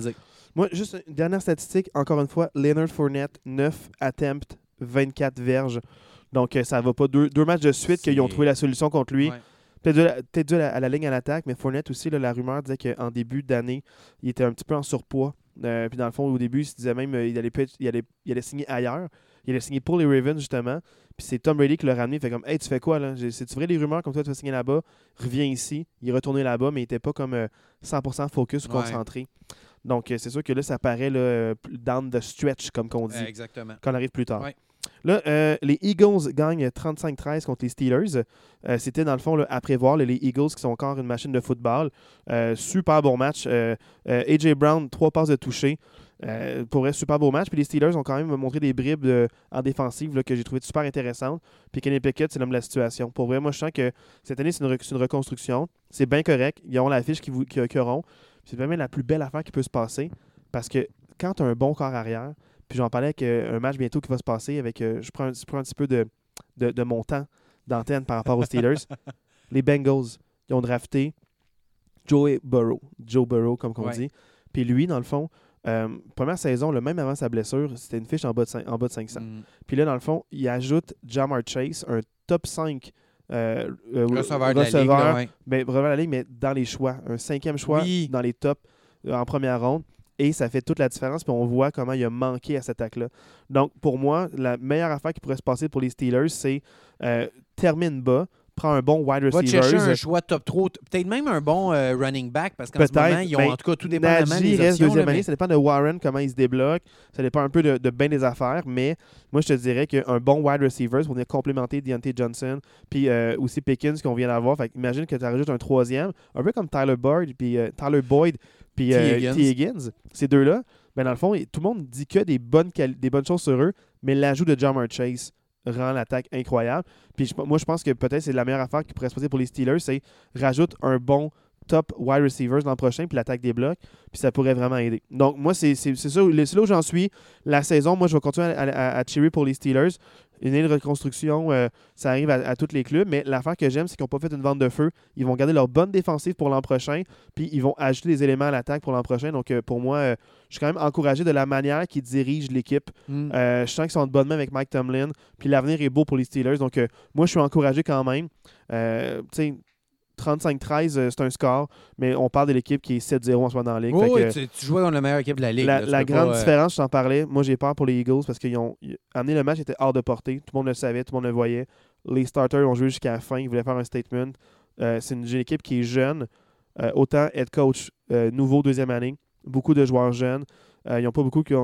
Moi, juste une dernière statistique, encore une fois, Leonard Fournette, 9 attempts, 24 verges. Donc, ça va pas. Deux matchs de suite qu'ils ont trouvé la solution contre lui. Ouais. Peut-être dû à la ligne à l'attaque, mais Fournette aussi, là, la rumeur disait qu'en début d'année, il était un petit peu en surpoids. Puis dans le fond, au début, il se disait même qu'il allait signer ailleurs. Il allait signer pour les Ravens, justement. Puis c'est Tom Brady qui l'a ramené. Il fait comme, hey, tu fais quoi, là? C'est-tu vrai les rumeurs comme toi, tu vas signer là-bas? Reviens ici. Il est retourné là-bas, mais il n'était pas comme 100% focus ou concentré. Donc, c'est sûr que là, ça paraît là, down the stretch, comme qu'on dit. Exactement. Quand on arrive plus tard. Ouais. Là, les Eagles gagnent 35-13 contre les Steelers. C'était dans le fond là, à prévoir. Les Eagles qui sont encore une machine de football. Super bon match. A.J. Brown, 3 passes de toucher. Pour un super beau match. Puis les Steelers ont quand même montré des bribes en défensive là, que j'ai trouvé super intéressantes. Puis Kenny Pickett, c'est l'homme de la situation. Pour vrai, moi, je sens que cette année, c'est une reconstruction. C'est bien correct. Ils ont la fiche qu'ils auront. C'est vraiment la plus belle affaire qui peut se passer. Parce que quand tu as un bon corps arrière, puis j'en parlais avec un match bientôt qui va se passer avec. Je prends un petit peu de mon temps d'antenne par rapport aux Steelers. Les Bengals, ils ont drafté Joe Burrow, comme on dit. Puis lui, dans le fond, première saison, même avant sa blessure, c'était une fiche en bas de 500. Puis là, dans le fond, il ajoute Ja'Marr Chase, un top 5 receveur de la ligue. Là, ben, vraiment la ligue, mais dans les choix. Un 5e choix dans les tops en première ronde. Et ça fait toute la différence, puis on voit comment il a manqué à cette attaque-là. Donc, pour moi, la meilleure affaire qui pourrait se passer pour les Steelers, c'est termine bas, prend un bon wide receiver. Va chercher un choix top 3, peut-être même un bon running back, parce qu'en ce moment, ils ont en tout cas tout dépendamment des options. Reste deuxième année, ça dépend de Warren, comment il se débloque, ça dépend un peu de bien des affaires, mais moi, je te dirais qu'un bon wide receiver, pour venir complémenter Deontay Johnson, puis aussi Pickens qu'on vient d'avoir. Fait imagine que tu rajoutes un troisième, un peu comme Tyler Boyd, puis T. Higgins, ces deux-là, ben dans le fond, tout le monde dit que des bonnes choses sur eux, mais l'ajout de Ja'Marr Chase rend l'attaque incroyable. Puis moi, je pense que peut-être c'est la meilleure affaire qui pourrait se passer pour les Steelers, c'est rajoute un bon top wide receivers l'an prochain, puis l'attaque des blocs, puis ça pourrait vraiment aider. Donc, moi, c'est ça, c'est là où j'en suis. La saison, moi, je vais continuer à cheerer pour les Steelers. Une année de reconstruction, ça arrive à tous les clubs, mais l'affaire que j'aime, c'est qu'ils n'ont pas fait une vente de feu. Ils vont garder leur bonne défensive pour l'an prochain, puis ils vont ajouter des éléments à l'attaque pour l'an prochain. Donc, pour moi, je suis quand même encouragé de la manière qu'ils dirigent l'équipe. Je sens qu'ils sont de bonne main avec Mike Tomlin, puis l'avenir est beau pour les Steelers. Donc, moi, je suis encouragé quand même. Tu sais, 35-13, c'est un score, mais on parle de l'équipe qui est 7-0 en ce moment dans la ligue. Oui, tu jouais contre la meilleure équipe de la ligue. La grande différence, je t'en parlais, moi j'ai peur pour les Eagles parce qu'ils ont amené le match, était hors de portée. Tout le monde le savait, tout le monde le voyait. Les starters ont joué jusqu'à la fin, ils voulaient faire un statement. C'est une équipe qui est jeune, autant head coach, nouveau deuxième année, beaucoup de joueurs jeunes. Ils n'ont pas beaucoup qui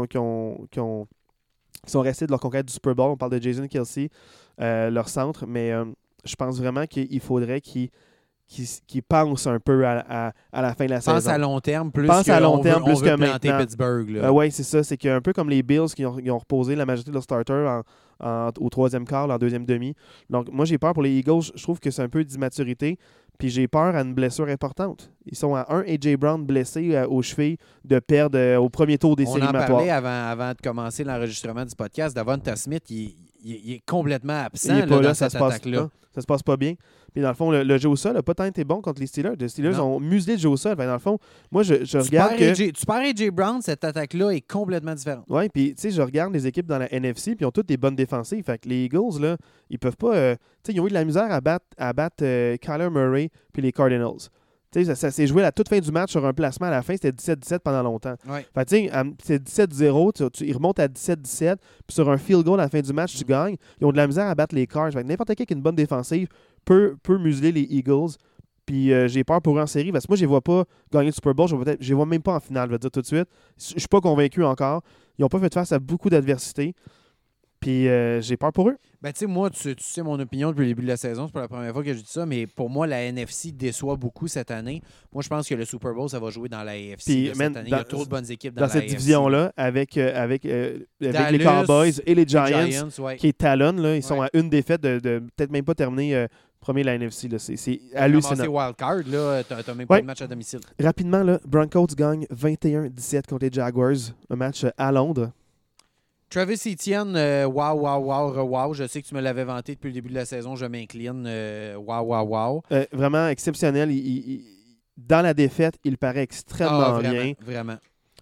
sont restés de leur conquête du Super Bowl. On parle de Jason Kelce, leur centre, mais je pense vraiment qu'il faudrait qu'ils pense un peu à la fin de la saison. Pense à long terme plus que maintenant. Pittsburgh. Oui, c'est ça. C'est qu'un peu comme les Bills qui ont reposé la majorité de leurs starters au troisième quart, en deuxième demi. Donc, moi, j'ai peur pour les Eagles. Je trouve que c'est un peu d'immaturité. Puis j'ai peur à une blessure importante. Ils sont à un A.J. Brown blessé aux chevilles de perdre au premier tour des séries éliminatoires. On en parlait avant de commencer l'enregistrement du podcast. Davonta Smith, il est complètement absent il est pas là, dans cette attaque-là. Ça se passe pas bien. Puis dans le fond, le jeu au sol n'a pas tant été bon contre les Steelers. Les Steelers ont muselé le jeu au sol. Dans le fond, moi, je regarde que... Tu perds A.J. Brown, cette attaque-là est complètement différente. Oui, puis tu sais, je regarde les équipes dans la NFC, puis ils ont toutes des bonnes défensives. Fait que les Eagles, là, ils peuvent pas... tu sais, ils ont eu de la misère à battre Kyler Murray puis les Cardinals. Tu sais, ça s'est joué à la toute fin du match sur un placement à la fin. C'était 17-17 pendant longtemps. Ouais. Fait tu sais, c'est 17-0. Ils remontent à 17-17. Puis sur un field goal à la fin du match, tu gagnes. Ils ont de la misère à battre les Cards. Fait que n'importe qui avec une bonne défensive peut museler les Eagles. Puis j'ai peur pour eux en série. Parce que moi, je les vois pas gagner le Super Bowl. Je les vois même pas en finale, je vais dire tout de suite. Je suis pas convaincu encore. Ils n'ont pas fait face à beaucoup d'adversité. Puis j'ai peur pour eux. Ben, tu sais, moi, tu sais mon opinion depuis le début de la saison. C'est pas la première fois que je dis ça, mais pour moi, la NFC déçoit beaucoup cette année. Moi, je pense que le Super Bowl, ça va jouer dans la AFC cette année. Il y a trop de bonnes équipes dans la cette AFC. Division-là, avec les Cowboys et les Giants qui talonnent. Là, ils sont à une défaite de peut-être même pas terminer premier de la NFC. Là. C'est hallucinant. C'est wildcard, là. T'as même pas de match à domicile. Rapidement, là, Broncos gagne 21-17 contre les Jaguars. Un match à Londres. Travis Etienne, wow. Je sais que tu me l'avais vanté depuis le début de la saison. Je m'incline. Wow. Vraiment exceptionnel. Dans la défaite, il paraît extrêmement bien. Vraiment.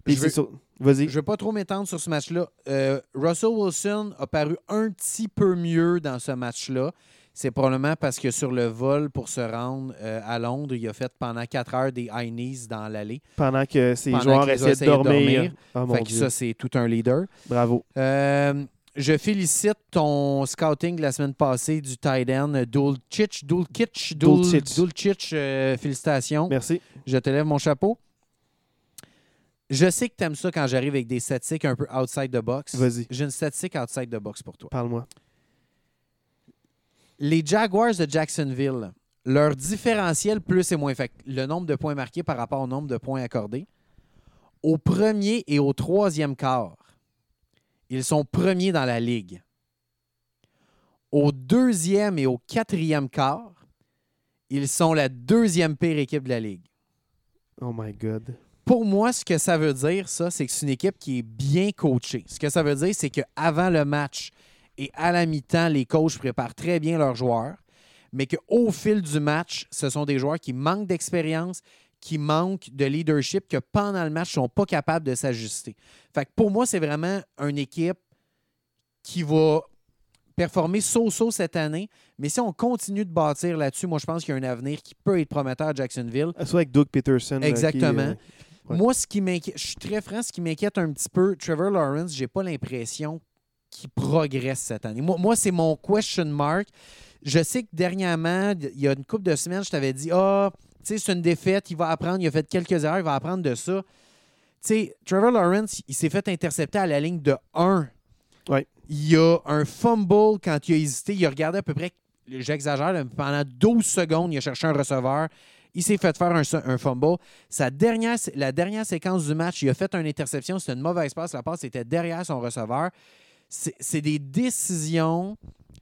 Puis Vas-y. Je ne veux pas trop m'étendre sur ce match-là. Russell Wilson a paru un petit peu mieux dans ce match-là. C'est probablement parce que sur le vol pour se rendre à Londres, il a fait pendant 4 heures des high knees dans l'allée. Pendant que ses joueurs essaient de dormir. Oh, mon Dieu. Ça, c'est tout un leader. Bravo. Je félicite ton scouting de la semaine passée du tight end Dulcich. Félicitations. Merci. Je te lève mon chapeau. Je sais que tu aimes ça quand j'arrive avec des statistiques un peu outside the box. Vas-y. J'ai une statistique outside the box pour toi. Parle-moi. Les Jaguars de Jacksonville, leur différentiel plus et moins, fait le nombre de points marqués par rapport au nombre de points accordés, au premier et au troisième quart, ils sont premiers dans la ligue. Au deuxième et au quatrième quart, ils sont la deuxième pire équipe de la ligue. Oh my God. Pour moi, ce que ça veut dire, ça, c'est que c'est une équipe qui est bien coachée. Ce que ça veut dire, c'est qu'avant le match et à la mi-temps, les coachs préparent très bien leurs joueurs, mais qu'au fil du match, ce sont des joueurs qui manquent d'expérience, qui manquent de leadership, que pendant le match, ne sont pas capables de s'ajuster. Fait que pour moi, c'est vraiment une équipe qui va performer so-so cette année, mais si on continue de bâtir là-dessus, moi, je pense qu'il y a un avenir qui peut être prometteur à Jacksonville. Soit avec Doug Peterson. Exactement. Ouais. Moi, ce qui m'inquiète, je suis très franc, ce qui m'inquiète un petit peu, Trevor Lawrence, j'ai pas l'impression qu'il progresse cette année. Moi, c'est mon question mark. Je sais que dernièrement, il y a une couple de semaines, je t'avais dit, tu sais, c'est une défaite, il va apprendre, il a fait quelques erreurs, il va apprendre de ça. Tu sais, Trevor Lawrence, il s'est fait intercepter à la ligne de 1. Ouais. Il y a un fumble quand il a hésité, il a regardé à peu près, j'exagère, là, pendant 12 secondes, il a cherché un receveur. Il s'est fait faire un fumble. La dernière séquence du match, il a fait une interception. C'était une mauvaise passe. La passe était derrière son receveur. C'est des décisions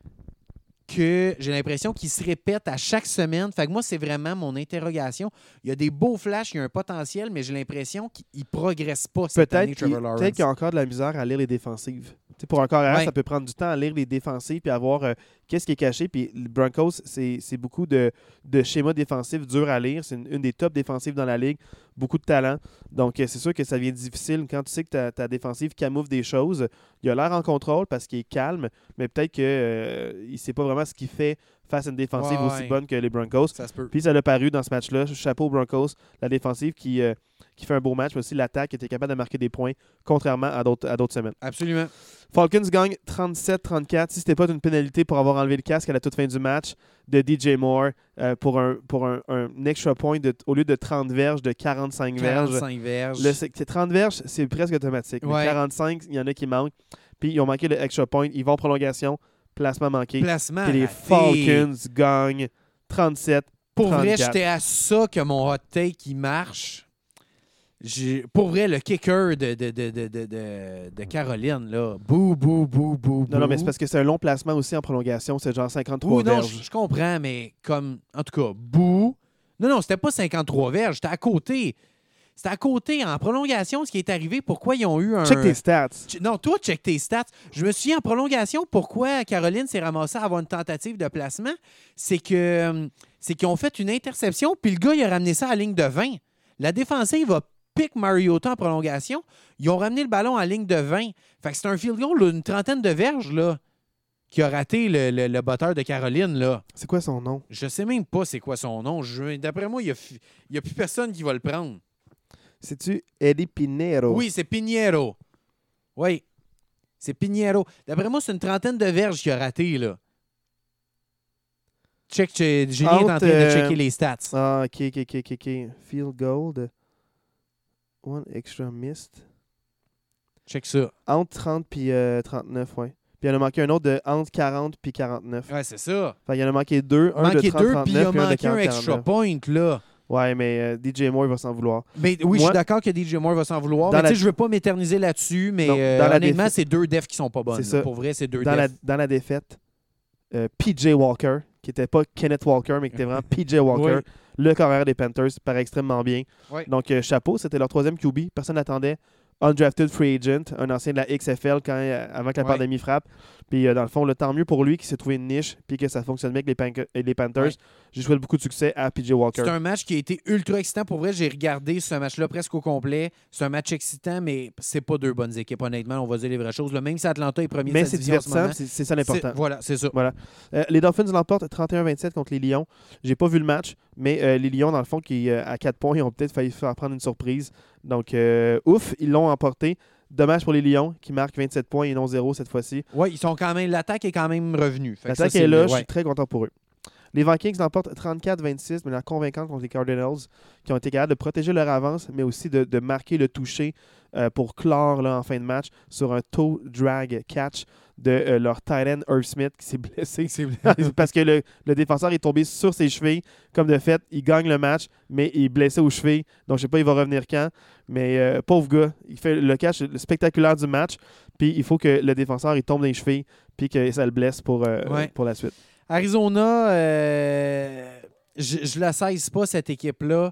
que j'ai l'impression qu'ils se répètent à chaque semaine. Fait que moi, c'est vraiment mon interrogation. Il y a des beaux flashs, il y a un potentiel, mais j'ai l'impression qu'il ne progresse pas cette année, Trevor Lawrence. Peut-être qu'il y a encore de la misère à lire les défensives. T'sais, pour un carrière, ça peut prendre du temps à lire les défensives et à voir qu'est-ce qui est caché. Puis les Broncos, c'est beaucoup de schémas défensifs durs à lire. C'est une des top défensives dans la ligue. Beaucoup de talent. Donc, c'est sûr que ça devient difficile quand tu sais que ta défensive camoufle des choses. Il a l'air en contrôle parce qu'il est calme, mais peut-être qu'il ne sait pas vraiment ce qu'il fait face à une défensive aussi bonne que les Broncos. Ça se peut. Puis ça l'a paru dans ce match-là. Chapeau aux Broncos, la défensive qui fait un beau match, mais aussi l'attaque qui était capable de marquer des points, contrairement à d'autres semaines. Absolument. Falcons gagne 37-34. Si ce n'était pas une pénalité pour avoir enlevé le casque à la toute fin du match de DJ Moore pour un extra point au lieu de 30 verges, de 45 verges. 45 verges. 30 verges, c'est presque automatique. Ouais. Mais 45, il y en a qui manquent. Puis ils ont manqué le extra point. Ils vont en prolongation. Placement manqué. Placement. Puis les Falcons gagnent 37. Pour 34. vrai, j'étais à ça que mon hot take il marche. Pour vrai, le kicker de Caroline, là, bou. Non, mais c'est parce que c'est un long placement aussi en prolongation. C'est genre 53 non, verges. je comprends, mais comme, en tout cas, bou. Non, c'était pas 53 verges, c'était à côté. C'était à côté, en prolongation, ce qui est arrivé. Pourquoi ils ont eu un... Check tes stats. Non, toi, check tes stats. Je me suis dit, en prolongation, pourquoi Caroline s'est ramassée à avoir une tentative de placement? C'est qu'ils ont fait une interception, puis le gars, il a ramené ça à la ligne de 20. La défensive va pick Mariota en prolongation. Ils ont ramené le ballon à ligne de 20. Fait que c'est un field goal, là, une trentaine de verges, là, qui a raté le batteur de Caroline, là. C'est quoi son nom? Je sais même pas c'est quoi son nom. D'après moi, il y a plus personne qui va le prendre. C'est-tu Eddie Pinheiro? Oui, c'est Pinheiro. Oui, c'est Pinheiro. D'après moi, c'est une trentaine de verges qu'il a raté, là. Julien est en train de checker les stats. Ah, OK. Field goal. One extra missed. Check ça. Entre 30 puis 39, ouais. Puis il en a manqué un autre de entre 40 puis 49. Ouais, c'est ça. Fait, il y en a manqué deux. Un de 30-39 puis il a puis un de manqué un 40-49. extra point, là. Ouais, mais DJ Moore va s'en vouloir. Mais oui, je suis d'accord que DJ Moore va s'en vouloir. Mais tu sais, je veux pas m'éterniser là-dessus, mais honnêtement, c'est deux defs qui sont pas bonnes. C'est ça. Pour vrai, c'est deux dans defs. Dans la défaite, PJ Walker, qui n'était pas Kenneth Walker, mais qui était vraiment PJ Walker, le carrière des Panthers, paraît extrêmement bien. Oui. Donc, chapeau, c'était leur troisième QB. Personne n'attendait undrafted free agent, un ancien de la XFL avant que la pandémie frappe. Puis dans le fond, tant mieux pour lui qu'il s'est trouvé une niche puis que ça fonctionne bien avec les Panthers. J'ai souhaité beaucoup de succès à PJ Walker. C'est un match qui a été ultra excitant. Pour vrai, j'ai regardé ce match-là presque au complet. C'est un match excitant, mais c'est pas deux bonnes équipes, honnêtement. On va dire les vraies choses. Même si Atlanta est premier de sa division en ce moment. Mais c'est divertissant, c'est ça l'important. Voilà, c'est ça. Voilà. Les Dolphins l'emportent 31-27 contre les Lions. J'ai pas vu le match, mais les Lions, dans le fond, qui à 4 points, ils ont peut-être failli faire prendre une surprise. Donc, ouf, ils l'ont emporté. Dommage pour les Lions qui marquent 27 points et non 0 cette fois-ci. Oui, ils sont quand même. L'attaque est quand même revenue. L'attaque est là, je suis très content pour eux. Les Vikings l'emportent 34-26, mais la convaincante contre les Cardinals, qui ont été capables de protéger leur avance, mais aussi de marquer le toucher pour clore là, en fin de match sur un toe drag catch de leur tight end Irv Smith qui s'est blessé. Parce que le défenseur est tombé sur ses chevilles. Comme de fait, il gagne le match, mais il est blessé aux chevilles. Donc, je ne sais pas il va revenir quand. Mais pauvre gars, il fait le catch spectaculaire du match. Puis, il faut que le défenseur il tombe dans les chevilles puis que ça le blesse pour la suite. Arizona, je ne la saisis pas, cette équipe-là.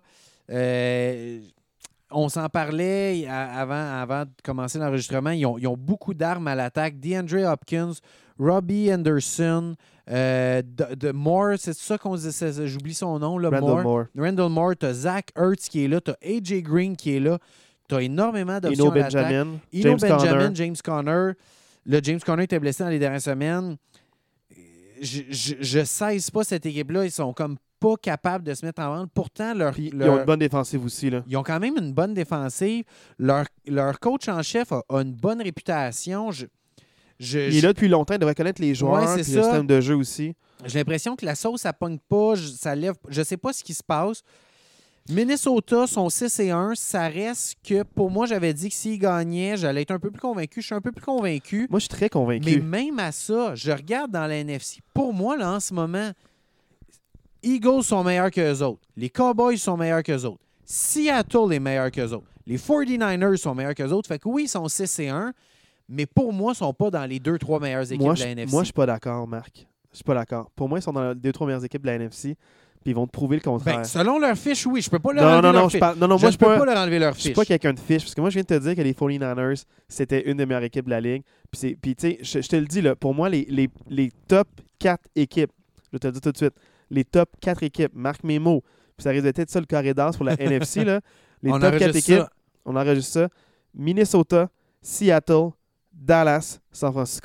On s'en parlait avant de commencer l'enregistrement. Ils ont beaucoup d'armes à l'attaque. DeAndre Hopkins, Robbie Anderson, de Moore, c'est ça qu'on disait, j'oublie son nom. Là, Randall Moore, tu as Zach Ertz qui est là, tu as AJ Green qui est là. Tu as énormément d'options à l'attaque. Eno Benjamin, James Conner. Le James Conner était blessé dans les dernières semaines. Je ne cesse pas cette équipe-là. Ils sont comme pas capables de se mettre en vente. Pourtant, ils ont une bonne défensive aussi. Là. Ils ont quand même une bonne défensive. Leur coach en chef a une bonne réputation. Il est là depuis longtemps. Il devrait connaître les joueurs et le système de jeu aussi. J'ai l'impression que la sauce, ça pogne pas. Ça lève. Je ne sais pas ce qui se passe. Minnesota sont 6-1. Ça reste que, pour moi, j'avais dit que s'ils gagnaient, j'allais être un peu plus convaincu. Je suis un peu plus convaincu. Moi, je suis très convaincu. Mais même à ça, je regarde dans la NFC. Pour moi, là, en ce moment, Eagles sont meilleurs qu'eux autres. Les Cowboys sont meilleurs qu'eux autres. Seattle est meilleur qu'eux autres. Les 49ers sont meilleurs qu'eux autres. Fait que oui, ils sont 6-1. Mais pour moi, ils ne sont pas dans les 2-3 meilleures équipes de la NFC. Moi, je ne suis pas d'accord, Marc. Je suis pas d'accord. Pour moi, ils sont dans les 2-3 meilleures équipes de la NFC. Puis ils vont te prouver le contraire. Ben, selon leur fiche, oui. Je peux pas leur enlever leur fiche. Je ne peux pas leur enlever leur fiche. Je suis pas quelqu'un de fiche. Parce que moi, je viens de te dire que les 49ers, c'était une des meilleures équipes de la Ligue. Puis tu sais, je te le dis, là, pour moi, les top 4 équipes, je te le dis tout de suite, les top 4 équipes, marque mes mots, puis ça risque d'être ça le carré d'as pour la NFC, là. Les top 4 équipes, on enregistre ça. Minnesota, Seattle, Dallas, San Francisco.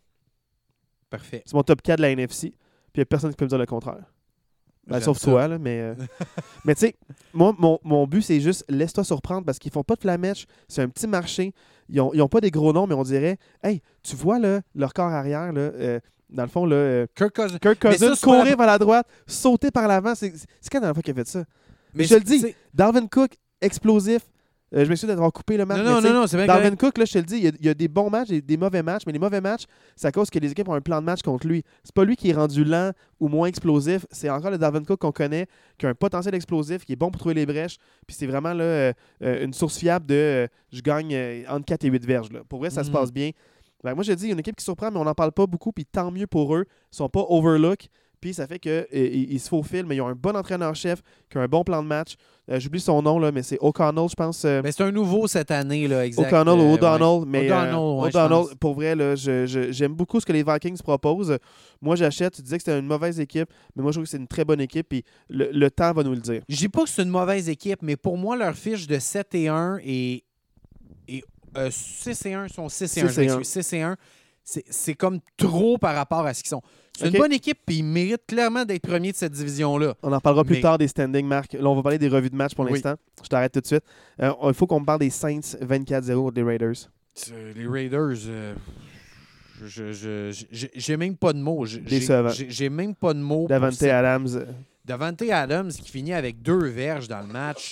Parfait. C'est mon top 4 de la NFC. Puis il n'y a personne qui peut me dire le contraire. Ben, sauf toi, là, mais tu sais, moi, mon but, c'est juste laisse-toi surprendre parce qu'ils font pas de flamèche. C'est un petit marché. Ils ont pas des gros noms, mais on dirait, hey, tu vois là, leur corps arrière, là, dans le fond, là, Kirk Cousins courir vers la droite, sauter par l'avant. C'est quand la dernière fois qu'il a fait ça? Mais je te le dis, Dalvin Cook, explosif. Je m'excuse d'avoir coupé le match. Non, c'est bien Dalvin Cook, là, je te le dis, il y a des bons matchs et des mauvais matchs, mais les mauvais matchs, c'est à cause que les équipes ont un plan de match contre lui. C'est pas lui qui est rendu lent ou moins explosif. C'est encore le Dalvin Cook qu'on connaît, qui a un potentiel explosif, qui est bon pour trouver les brèches. Puis c'est vraiment là, une source fiable de je gagne entre 4 et 8 verges. Là. Pour vrai, ça se passe bien. Ben, moi, je te dis, il y a une équipe qui surprend, mais on n'en parle pas beaucoup, puis tant mieux pour eux. Ils sont pas overlook. Puis ça fait qu'ils se faufilent, mais ils ont un bon entraîneur-chef qui a un bon plan de match. J'oublie son nom, là, mais c'est O'Connell, je pense. Mais c'est un nouveau cette année, là, exact. O'Connell ou O'Donnell. Mais O'Donnell, pour vrai, là, j'aime beaucoup ce que les Vikings proposent. Moi, j'achète. Tu disais que c'était une mauvaise équipe, mais moi, je trouve que c'est une très bonne équipe. Puis le temps va nous le dire. Je dis pas que c'est une mauvaise équipe, mais pour moi, leur fiche de 7-1 et 6-1 sont 6-1. 6-1. C'est comme trop par rapport à ce qu'ils sont. C'est une bonne équipe, puis ils méritent clairement d'être premiers de cette division-là. On en parlera plus tard des standings, Marc. Là, on va parler des revues de match pour l'instant. Je t'arrête tout de suite. Il faut qu'on me parle des Saints 24-0 des Raiders. Les Raiders, j'ai même pas de mots. J'ai même pas de mots. Davante Adams. Davante Adams qui finit avec 2 verges dans le match.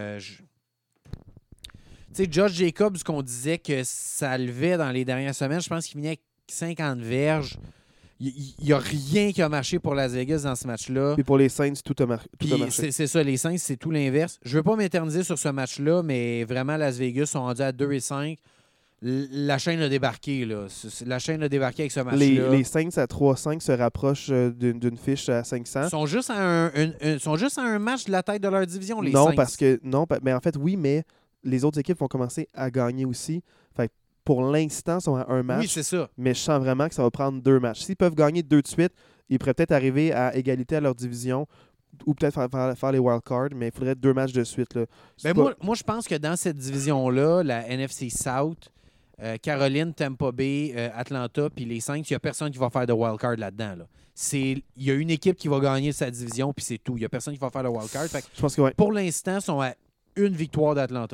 Tu sais, Josh Jacobs, qu'on disait que ça levait dans les dernières semaines, je pense qu'il finit avec 50 verges. Il n'y a rien qui a marché pour Las Vegas dans ce match-là. Puis pour les Saints, tout a marché. C'est ça, les Saints, c'est tout l'inverse. Je ne veux pas m'éterniser sur ce match-là, mais vraiment, Las Vegas sont rendus à 2-5. La chaîne a débarqué, là. La chaîne a débarqué avec ce match-là. Les Saints à 3-5 se rapprochent d'une fiche à 500. Ils sont juste à un match de la tête de leur division, les non, Saints. Mais en fait, oui, mais les autres équipes vont commencer à gagner aussi. Fait que pour l'instant, ils sont à un match. Oui, c'est ça. Mais je sens vraiment que ça va prendre 2 matchs. S'ils peuvent gagner 2 de suite, ils pourraient peut-être arriver à égalité à leur division ou peut-être faire les wildcards, mais il faudrait 2 matchs de suite. Là. Ben moi, je pense que dans cette division-là, la NFC South, Caroline, Tampa Bay, Atlanta, puis les Saints, il n'y a personne qui va faire de wildcard là-dedans. Là. Il y a une équipe qui va gagner sa division, puis c'est tout. Il n'y a personne qui va faire de wildcard. Je pense que oui. Pour l'instant, ils sont à une victoire d'Atlanta.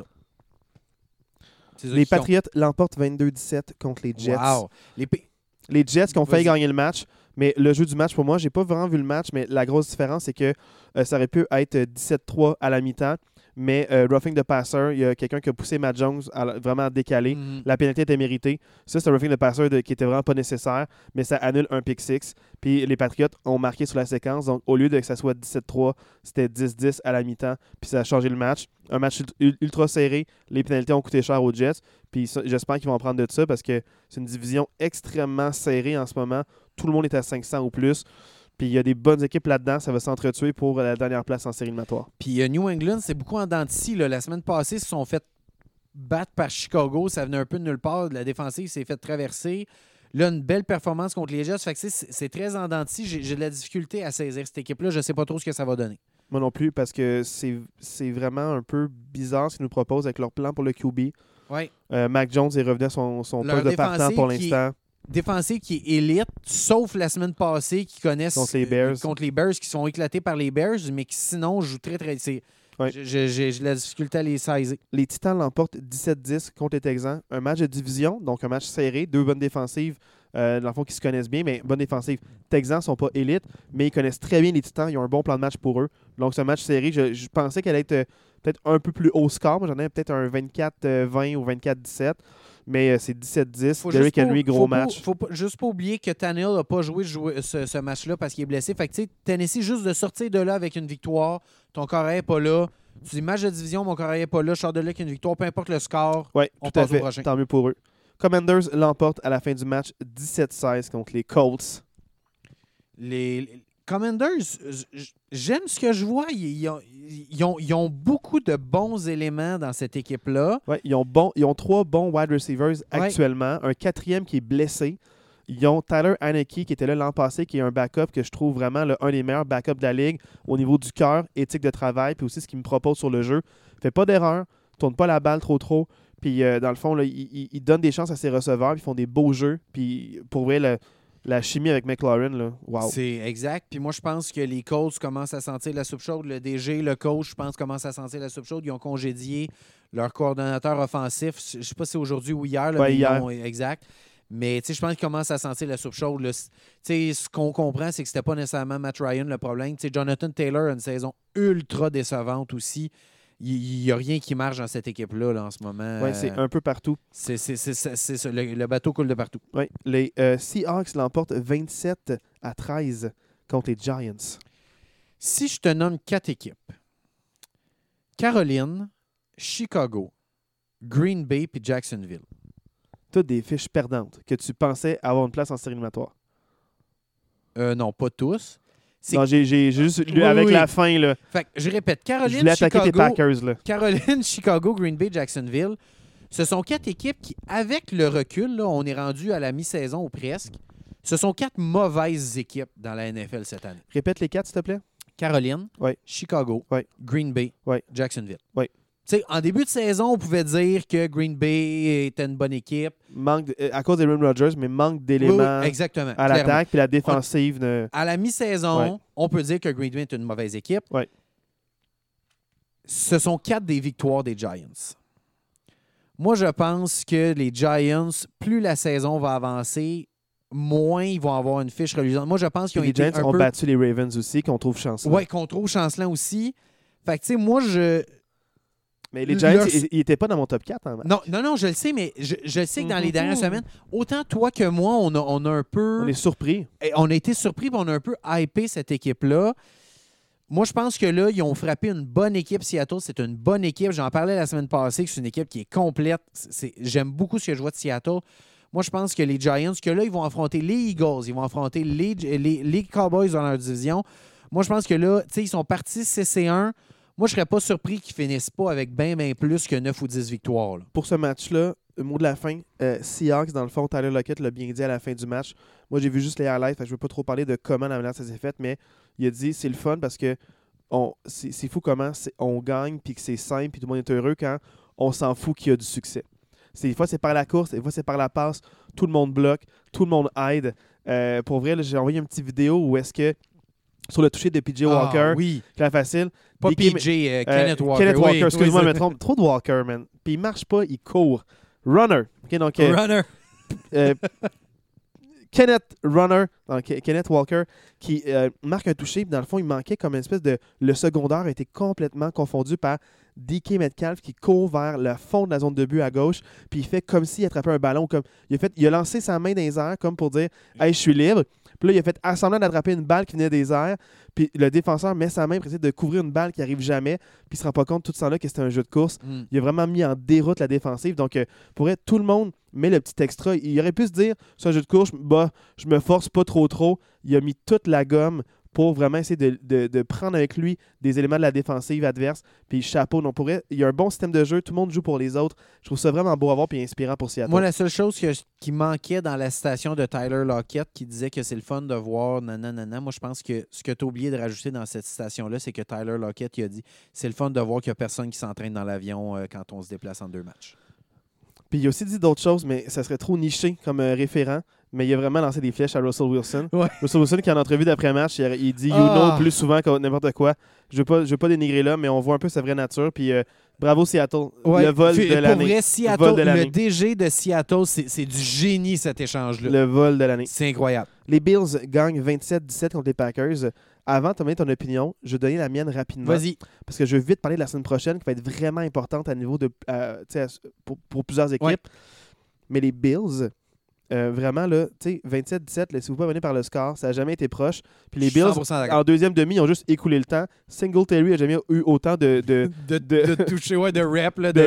Les Patriots l'emportent 22-17 contre les Jets. Wow. Les Jets qui ont failli gagner le match, mais le jeu du match, pour moi, j'ai pas vraiment vu le match, mais la grosse différence, c'est que ça aurait pu être 17-3 à la mi-temps, mais roughing the passer, il y a quelqu'un qui a poussé Matt Jones vraiment décalé. La pénalité était méritée. Ça, c'est un roughing the passer qui était vraiment pas nécessaire, mais ça annule un pick six. Puis les Patriots ont marqué sur la séquence, donc au lieu de que ça soit 17-3, c'était 10-10 à la mi-temps, puis ça a changé le match. Un match ultra serré, les pénalités ont coûté cher aux Jets, puis j'espère qu'ils vont en prendre de ça parce que c'est une division extrêmement serrée en ce moment. Tout le monde est à 500 ou plus. Puis il y a des bonnes équipes là-dedans. Ça va s'entretuer pour la dernière place en série éliminatoire. Puis New England, c'est beaucoup en dents de scie. La semaine passée, ils se sont fait battre par Chicago. Ça venait un peu de nulle part. La défensive s'est fait traverser. Là, une belle performance contre les Jets. Fait que c'est très en dents de scie. J'ai de la difficulté à saisir cette équipe-là. Je ne sais pas trop ce que ça va donner. Moi non plus, parce que c'est vraiment un peu bizarre ce qu'ils nous proposent avec leur plan pour le QB. Ouais. Mac Jones est revenu à son poste de partant pour l'instant. Défensif qui est élite, sauf la semaine passée, qui connaissent contre les Bears, qui sont éclatés par les Bears, mais qui sinon jouent très, très... Ouais. J'ai de la difficulté à les saisir. Les Titans l'emportent 17-10 contre les Texans. Un match de division, donc un match serré, 2 bonnes défensives, dans le fond, qui se connaissent bien, mais bonne défensive. Texans ne sont pas élites, mais ils connaissent très bien les Titans. Ils ont un bon plan de match pour eux. Donc, ce match serré, je pensais qu'elle allait être peut-être un peu plus haut score. Moi, j'en ai peut-être un 24-20 ou 24-17. Mais c'est 17-10. Derrick Henry, gros match. Faut juste pas oublier que Tannehill n'a pas joué ce match-là parce qu'il est blessé. Fait que, tu sais, Tennessee, juste de sortir de là avec une victoire, ton carré n'est pas là. Tu dis match de division, mon carré n'est pas là. Je sors de là avec une victoire, peu importe le score. Oui, on tout à passe fait. au prochain. Tant mieux pour eux. Commanders l'emportent à la fin du match 17-16 contre les Colts. Les Commanders, j'aime ce que je vois. Ils ont beaucoup de bons éléments dans cette équipe-là. Oui, ils ont 3 bons wide receivers actuellement. Un 4e qui est blessé. Ils ont Tyler Haneke qui était là l'an passé, qui est un backup que je trouve vraiment un des meilleurs backups de la ligue au niveau du cœur, éthique de travail, puis aussi ce qu'il me propose sur le jeu. Fait pas d'erreur, tourne pas la balle trop. Puis dans le fond, là, il donne des chances à ses receveurs, puis ils font des beaux jeux. Puis pour vrai, la chimie avec McLaurin, là, wow. C'est exact. Puis moi, je pense que les Colts commencent à sentir la soupe chaude. Le DG, le coach, je pense, commencent à sentir la soupe chaude. Ils ont congédié leur coordonnateur offensif. Je ne sais pas si c'est aujourd'hui ou hier. Là, ouais, hier. Exact. Mais je pense qu'ils commencent à sentir la soupe chaude. Là. Ce qu'on comprend, c'est que c'était pas nécessairement Matt Ryan le problème. Jonathan Taylor a une saison ultra décevante aussi. Il n'y a rien qui marche dans cette équipe-là là, en ce moment. Oui, c'est un peu partout. C'est ça. Le bateau coule de partout. Oui, les Seahawks l'emportent 27-13 contre les Giants. Si je te nomme 4 équipes, Caroline, Chicago, Green Bay puis Jacksonville. Toutes des fiches perdantes que tu pensais avoir une place en série éliminatoire. Non, pas tous. Non, j'ai juste lu avec la fin. Là. Fait que, je répète, Caroline, je voulais attaquer Chicago, tes Packers. Là. Caroline, Chicago, Green Bay, Jacksonville. Ce sont 4 équipes qui, avec le recul, là, on est rendu à la mi-saison ou presque, ce sont 4 mauvaises équipes dans la NFL cette année. Répète les 4, s'il te plaît. Caroline, Chicago, Green Bay, Jacksonville. En début de saison, on pouvait dire que Green Bay était une bonne équipe. À cause d'Aaron Rodgers, mais manque d'éléments exactement, à l'attaque. Puis la défensive. À la mi-saison, on peut dire que Green Bay est une mauvaise équipe. Ce sont 4 des victoires des Giants. Moi, je pense que les Giants, plus la saison va avancer, moins ils vont avoir une fiche reluisante. Moi, je pense qu'ils ont été les Giants ont battu les Ravens aussi, qu'on trouve chancelant. Oui, qu'on trouve chancelant aussi. Fait que, tu sais, moi, Mais les Giants, ils n'étaient pas dans mon top 4 en match. Non, je le sais, mais je sais que dans les dernières semaines, autant toi que moi, on a un peu... On est surpris. On a été surpris, puis on a un peu hypé cette équipe-là. Moi, je pense que là, ils ont frappé une bonne équipe. Seattle, c'est une bonne équipe. J'en parlais la semaine passée, que c'est une équipe qui est complète. J'aime beaucoup ce que je vois de Seattle. Moi, je pense que les Giants, que là, ils vont affronter les Eagles, ils vont affronter les Cowboys dans leur division. Moi, je pense que là, tu sais, ils sont partis 6-1. Moi, je serais pas surpris qu'ils finissent pas avec bien plus que 9 ou 10 victoires. Là. Pour ce match-là, mot de la fin, Seahawks, dans le fond, Tyler Lockett l'a bien dit à la fin du match. Moi, j'ai vu juste les highlights, fait que je ne veux pas trop parler de comment la manière ça s'est fait, mais il a dit c'est le fun parce que c'est fou comment on gagne, puis que c'est simple, puis tout le monde est heureux quand on s'en fout qu'il y a du succès. Des fois, c'est par la course, des fois, c'est par la passe. Tout le monde bloque, tout le monde aide. Pour vrai, là, j'ai envoyé une petite vidéo où est-ce que, sur le toucher de PJ Walker, oui. très facile. Pas PJ, Kenneth Walker. Kenneth Walker, oui, excuse-moi, je me trompe. Trop de Walker, man. Puis il marche pas, il court. Runner. Okay, donc, Runner. Kenneth Walker, qui marque un toucher. Puis dans le fond, il manquait comme une espèce de... Le secondaire a été complètement confondu par DK Metcalf qui court vers le fond de la zone de but à gauche. Puis il fait comme s'il attrapait un ballon. Il a lancé sa main dans les airs comme pour dire « Hey, je suis libre ». Puis là, il a fait semblant d'attraper une balle qui venait des airs. Puis le défenseur met sa main pour essayer de couvrir une balle qui n'arrive jamais. Puis il ne se rend pas compte tout ce temps-là que c'était un jeu de course. Il a vraiment mis en déroute la défensive. Donc, pour être tout le monde met le petit extra. Il aurait pu se dire, c'est un jeu de course, je me force pas trop. Il a mis toute la gomme pour vraiment essayer de prendre avec lui des éléments de la défensive adverse. Puis chapeau, non, pour elle, il y a un bon système de jeu, tout le monde joue pour les autres. Je trouve ça vraiment beau à voir et inspirant pour Seattle. Moi, la seule chose qui manquait dans la citation de Tyler Lockett qui disait que c'est le fun de voir nanana, moi je pense que ce que tu as oublié de rajouter dans cette citation-là, c'est que Tyler Lockett il a dit c'est le fun de voir qu'il n'y a personne qui s'entraîne dans l'avion quand on se déplace en 2 matchs. Puis il a aussi dit d'autres choses, mais ça serait trop niché comme référent. Mais il a vraiment lancé des flèches à Russell Wilson. Ouais. Russell Wilson, qui en entrevue d'après-match, il dit « you know » plus souvent que n'importe quoi. Je veux pas dénigrer là, mais on voit un peu sa vraie nature. Puis bravo Seattle, ouais. Le vol de l'année. Pour vrai, Seattle, le DG de Seattle, c'est du génie cet échange-là. Le vol de l'année. C'est incroyable. Les Bills gagnent 27-17 contre les Packers. Avant de donner ton opinion, je vais donner la mienne rapidement. Vas-y. Parce que je veux vite parler de la semaine prochaine qui va être vraiment importante à niveau de pour plusieurs équipes. Ouais. Mais les Bills... vraiment, là, tu sais, 27-17, laissez-vous pas venir par le score. Ça n'a jamais été proche. Puis les Bills, en deuxième demi, ils ont juste écoulé le temps. Singletary n'a jamais eu autant de toucher, de rep. Là,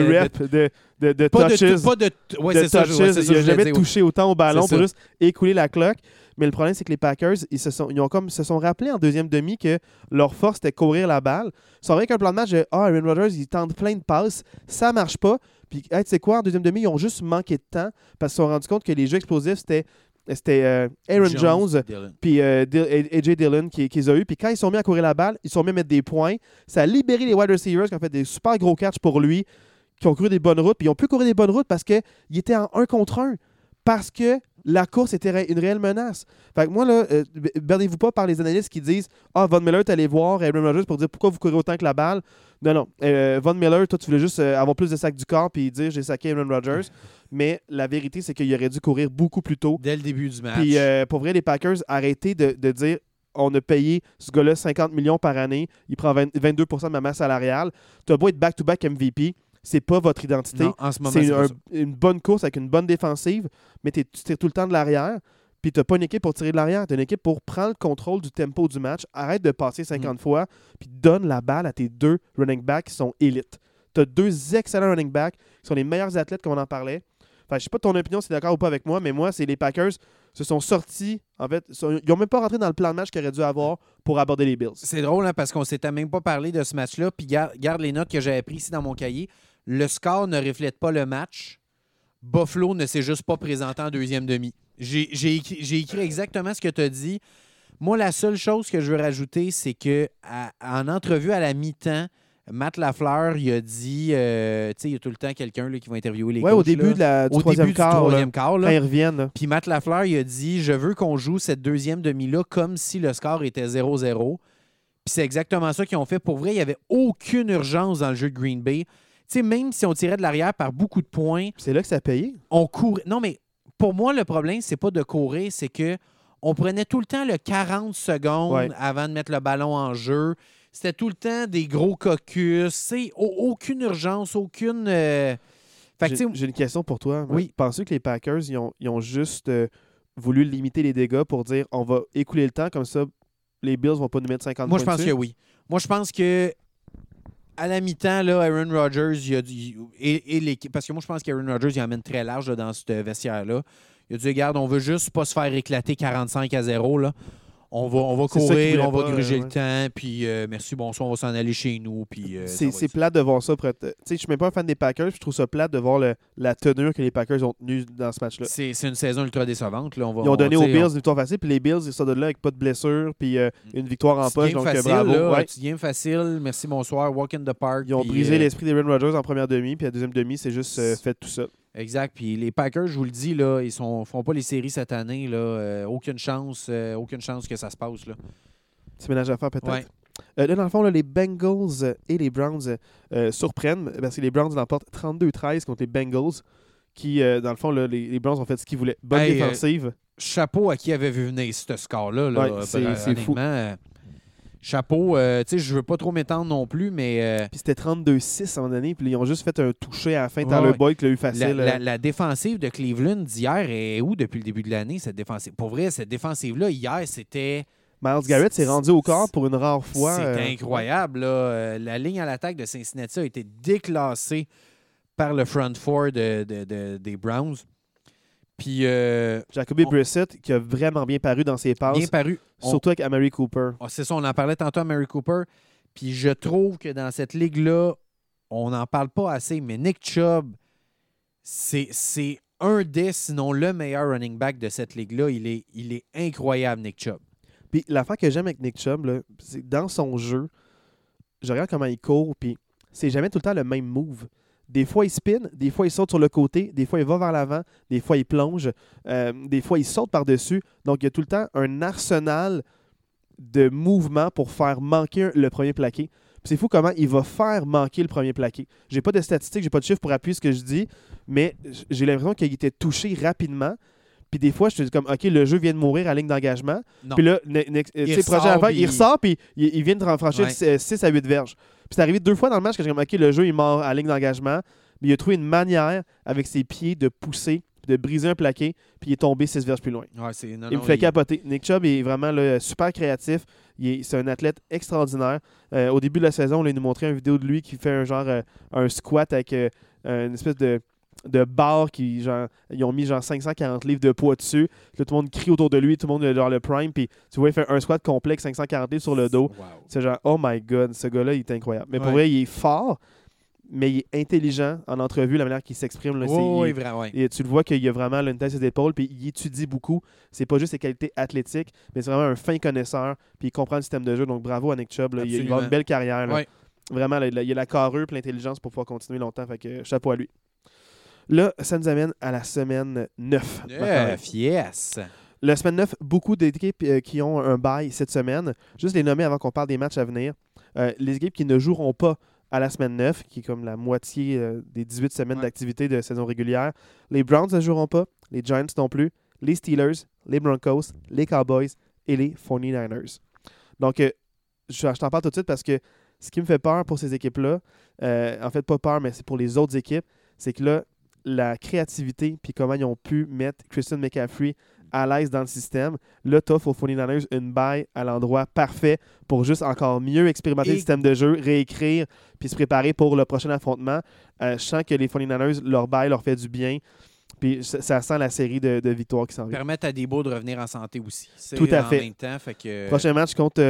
de touches. Ouais, c'est ça. Il n'a jamais touché autant au ballon pour juste écouler la cloque. Mais le problème, c'est que les Packers, ils se sont rappelés en deuxième demi que leur force, c'était courir la balle. Ils sont avec un plan de match de Aaron Rodgers, il tente plein de passes. Ça marche pas. Puis, tu sais quoi, en deuxième demi, ils ont juste manqué de temps parce qu'ils se sont rendus compte que les jeux explosifs, c'était Aaron Jones puis AJ Dillon qui les a eu. Puis quand ils sont mis à courir la balle, ils sont mis à mettre des points. Ça a libéré les wide receivers qui ont fait des super gros catchs pour lui, qui ont couru des bonnes routes. Puis ils ont pu courir des bonnes routes parce qu'ils étaient en 1 contre 1. Parce que la course était une réelle menace. Fait que moi, là, perdez-vous pas par les analystes qui disent « Ah, Von Miller, t'es allé voir Aaron Rodgers pour dire pourquoi vous courez autant que la balle. » Non. Von Miller, toi, tu voulais juste avoir plus de sacs du corps puis dire « J'ai saqué Aaron Rodgers. » Mais la vérité, c'est qu'il aurait dû courir beaucoup plus tôt. Dès le début du match. Puis pour vrai, les Packers, arrêtez de dire « On a payé ce gars-là 50 millions par année. Il prend 22% de ma masse salariale. Tu as beau être back-to-back MVP. » C'est pas votre identité. Non, en ce moment, c'est une bonne course avec une bonne défensive, mais tu tires tout le temps de l'arrière, puis tu n'as pas une équipe pour tirer de l'arrière. Tu as une équipe pour prendre le contrôle du tempo du match. Arrête de passer 50 fois, puis donne la balle à tes 2 running backs qui sont élites. Tu as 2 excellents running backs qui sont les meilleurs athlètes, comme on en parlait. Enfin, je sais pas ton opinion, si tu es d'accord ou pas avec moi, mais moi, c'est les Packers se sont sortis. En fait, ils n'ont même pas rentré dans le plan de match qu'ils auraient dû avoir pour aborder les Bills. C'est drôle, hein, parce qu'on ne s'était même pas parlé de ce match-là. Puis garde les notes que j'avais prises ici dans mon cahier. Le score ne reflète pas le match. Buffalo ne s'est juste pas présenté en deuxième demi. J'ai écrit exactement ce que tu as dit. Moi, la seule chose que je veux rajouter, c'est qu'en entrevue à la mi-temps, Matt Lafleur, il a dit, tu sais, il y a tout le temps quelqu'un qui va interviewer les coachs. Oui, au début du troisième quart. Quand ils reviennent. Puis Matt Lafleur, il a dit, je veux qu'on joue cette deuxième demi-là comme si le score était 0-0. Puis c'est exactement ça qu'ils ont fait. Pour vrai, il n'y avait aucune urgence dans le jeu de Green Bay. Tu sais, même si on tirait de l'arrière par beaucoup de points... C'est là que ça a payé. On courait... Non, mais pour moi, le problème, c'est pas de courir, c'est que on prenait tout le temps le 40 secondes avant de mettre le ballon en jeu. C'était tout le temps des gros caucus. C'est aucune urgence, aucune... J'ai une question pour toi. Oui. Penses-tu que les Packers, ils ont juste voulu limiter les dégâts pour dire on va écouler le temps, comme ça, les Bills vont pas nous mettre 50 points Moi, je pense que oui. Moi, je pense que à la mi-temps, là, Aaron Rodgers, il a dit, et l'équipe, parce que moi, je pense qu'Aaron Rodgers, il emmène très large là, dans ce vestiaire-là. Il a dit, regarde, on veut juste pas se faire éclater 45-0. Là. on va C'est ça qu'ils courir, on voulaient va pas, gruger ouais. le temps, puis merci, bonsoir, on va s'en aller chez nous. Puis, C'est plate de voir ça. Je suis même pas un fan des Packers, je trouve ça plate de voir la tenue que les Packers ont tenue dans ce match-là. C'est une saison ultra décevante. Là. Ils ont donné aux Bills une victoire facile, puis les Bills, ils sortent de là avec pas de blessure, puis une victoire en poche, donc facile, bravo. Là, Ouais. Petite game facile, merci, bonsoir, walk in the park. Ils ont brisé l'esprit d'Aaron Rodgers en première demi, puis la deuxième demi, c'est juste fait tout ça. Exact. Puis les Packers, je vous le dis, là, ils font pas les séries cette année. Là, aucune chance que ça se passe. Là. Petit ménage à faire peut-être. Ouais. Là, dans le fond, là, les Bengals et les Browns surprennent parce que les Browns l'emportent 32-13 contre les Bengals qui, dans le fond, là, les Browns ont fait ce qu'ils voulaient. Bonne défensive. Chapeau à qui avait vu venir ce score-là. Là, ouais, c'est fou. Chapeau, tu sais, je veux pas trop m'étendre non plus, mais... Puis c'était 32-6 à un moment donné, puis ils ont juste fait un toucher à la fin. Tyler Boyd qui l'a eu facile. La défensive de Cleveland d'hier est où depuis le début de l'année, cette défensive? Pour vrai, cette défensive-là, hier, c'était... Miles Garrett s'est rendu au corps pour une rare fois. C'est incroyable. Là. La ligne à l'attaque de Cincinnati a été déclassée par le front four des Browns. Puis, Jacoby Brissett qui a vraiment bien paru dans ses passes. Bien paru. Surtout avec Amari Cooper. C'est ça, on en parlait tantôt à Amari Cooper. Puis je trouve que dans cette ligue-là, on n'en parle pas assez, mais Nick Chubb, c'est un des, sinon le meilleur running back de cette ligue-là. Il est incroyable, Nick Chubb. Puis l'affaire que j'aime avec Nick Chubb, là, c'est dans son jeu, je regarde comment il court, puis c'est jamais tout le temps le même move. Des fois, il spin, des fois, il saute sur le côté, des fois, il va vers l'avant, des fois, il plonge, des fois, il saute par-dessus. Donc, il y a tout le temps un arsenal de mouvements pour faire manquer le premier plaqué. Puis c'est fou comment il va faire manquer le premier plaqué. J'ai pas de statistiques, j'ai pas de chiffres pour appuyer ce que je dis, mais j'ai l'impression qu'il était touché rapidement. Puis des fois, je te dis comme, OK, le jeu vient de mourir à ligne d'engagement. Puis là, projet avant, il ressort, puis il vient de franchir 6 à 8 verges. Puis c'est arrivé 2 fois dans le match que j'ai comme, OK, le jeu est mort à ligne d'engagement. Mais il a trouvé une manière, avec ses pieds, de pousser, de briser un plaqué, puis il est tombé 6 verges plus loin. Ouais, il me fait capoter. Nick Chubb est vraiment là, super créatif. C'est un athlète extraordinaire. Au début de la saison, on a nous montré une vidéo de lui qui fait un squat avec une espèce de barre qui, genre, ils ont mis genre 540 livres de poids dessus. Là, tout le monde crie autour de lui, tout le monde est genre le prime, puis tu vois, il fait un squat complet avec 540 livres sur le dos. Wow. C'est genre, oh my god, ce gars-là, il est incroyable. Mais pour vrai, il est fort, mais il est intelligent en entrevue, la manière qu'il s'exprime. Là, vraiment. Et tu le vois qu'il a vraiment là, une tête sur l'épaule, puis il étudie beaucoup. C'est pas juste ses qualités athlétiques, mais c'est vraiment un fin connaisseur, puis il comprend le système de jeu. Donc bravo à Nick Chubb. Là, il a une belle carrière. Là. Ouais. Vraiment, là, il a la carrure et l'intelligence pour pouvoir continuer longtemps. Fait que chapeau à lui. Là, ça nous amène à la semaine 9. Yes! La semaine 9, beaucoup d'équipes qui ont un bye cette semaine. Juste les nommer avant qu'on parle des matchs à venir. Les équipes qui ne joueront pas à la semaine 9, qui est comme la moitié des 18 semaines d'activité de saison régulière. Les Browns ne joueront pas, les Giants non plus, les Steelers, les Broncos, les Cowboys et les 49ers. Donc, je t'en parle tout de suite parce que ce qui me fait peur pour ces équipes-là, en fait, pas peur, mais c'est pour les autres équipes, c'est que là, la créativité puis comment ils ont pu mettre Christian McCaffrey à l'aise dans le système. Là, t'offres aux 49ers une bye à l'endroit parfait pour juste encore mieux expérimenter le système de jeu, réécrire puis se préparer pour le prochain affrontement. Je sens que les 49ers, leur bye leur fait du bien. Puis ça sent la série de victoires qui s'en vient. Permettre à Debo de revenir en santé aussi. Tout à fait. En même temps, fait que... Prochain match contre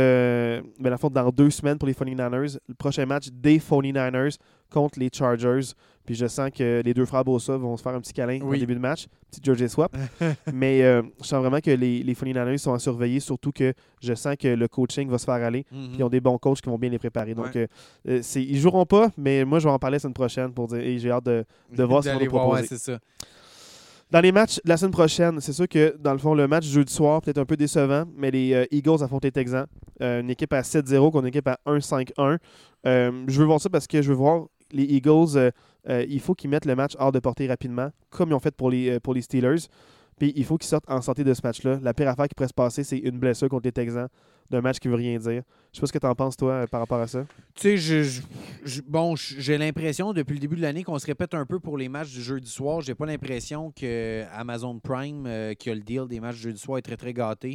dans 2 semaines pour les 49ers. Le prochain match des 49ers contre les Chargers. Puis je sens que les deux frères Bosa vont se faire un petit câlin au début de match. Petit Georgie Swap. Mais je sens vraiment que les 49ers sont à surveiller, surtout que je sens que le coaching va se faire aller. Puis ils ont des bons coachs qui vont bien les préparer. Donc, ils joueront pas, mais moi, je vais en parler la semaine prochaine pour dire et j'ai hâte de voir ce qu'on va nous proposer. Ouais, c'est ça. Dans les matchs de la semaine prochaine, c'est sûr que, dans le fond, le match jeudi soir, peut-être un peu décevant, mais les Eagles affrontent les Texans. Une équipe à 7-0 contre une équipe à 1-5-1. Je veux voir ça parce que je veux voir les Eagles, il faut qu'ils mettent le match hors de portée rapidement, comme ils ont fait pour les Steelers. Puis il faut qu'ils sortent en santé de ce match-là. La pire affaire qui pourrait se passer, c'est une blessure contre les Texans d'un match qui ne veut rien dire. Je sais pas ce que tu en penses, toi, par rapport à ça. Tu sais, j'ai l'impression, depuis le début de l'année, qu'on se répète un peu pour les matchs du jeudi soir. J'ai pas l'impression que Amazon Prime, qui a le deal des matchs du jeudi soir, est très, très gâté.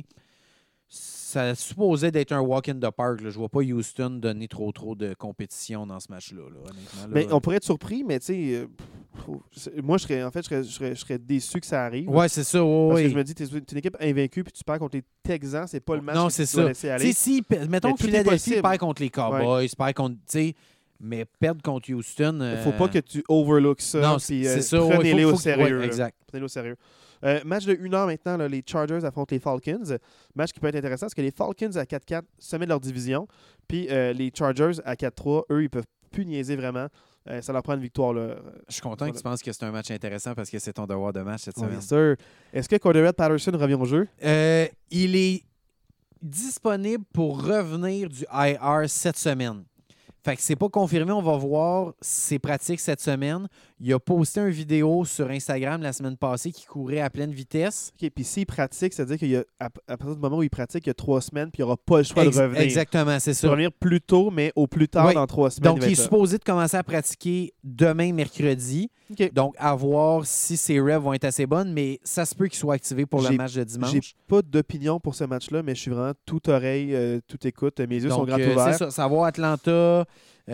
Ça supposait d'être un walk in the park. Là. Je vois pas Houston donner trop de compétition dans ce match-là. Honnêtement, là. Mais on pourrait être surpris, mais tu sais, Moi, je serais déçu que ça arrive. Ouais, c'est ça. Parce que je me dis, tu es une équipe invaincue puis tu perds contre les Texans, c'est pas le match non, que c'est tu dois ça. laisser aller. Si, mettons Mais que tout est Philadelphie possible. perd contre les Cowboys, perd contre. Mais perdre contre Houston. Il faut pas que tu overlook ça. Non, puis, c'est ça. Prenez-les au ouais, sérieux. exact. Prenez-les au sérieux. Match de 1h maintenant, là, les Chargers affrontent les Falcons. Match qui peut être intéressant parce que les Falcons à 4-4 sommet de leur division. Puis les Chargers à 4-3, eux, ils peuvent plus niaiser vraiment. Ça leur prend une victoire. Là. Je suis content que tu penses que c'est un match intéressant parce que c'est ton devoir de match cette semaine. Bien sûr. Est-ce que Cordero Patterson revient au jeu? Il est disponible pour revenir du IR cette semaine. Fait que c'est pas confirmé, on va voir ses pratiques cette semaine. Il a posté une vidéo sur Instagram la semaine passée qui courait à pleine vitesse. OK, puis s'il pratique, c'est-à-dire qu'à partir du moment où il pratique, il y a 3 semaines, puis il n'aura pas le choix de revenir. Exactement, c'est Il ça. peut revenir plus tôt, mais au plus tard, Oui. dans 3 semaines. Donc, il est supposé de commencer à pratiquer demain, mercredi. OK. Donc, à voir si ses rêves vont être assez bonnes, mais ça se peut qu'il soit activé pour le match de dimanche. J'ai pas d'opinion pour ce match-là, mais je suis vraiment tout oreille, tout écoute. Mes yeux sont grands ouverts. C'est ça. Savoir Atlanta,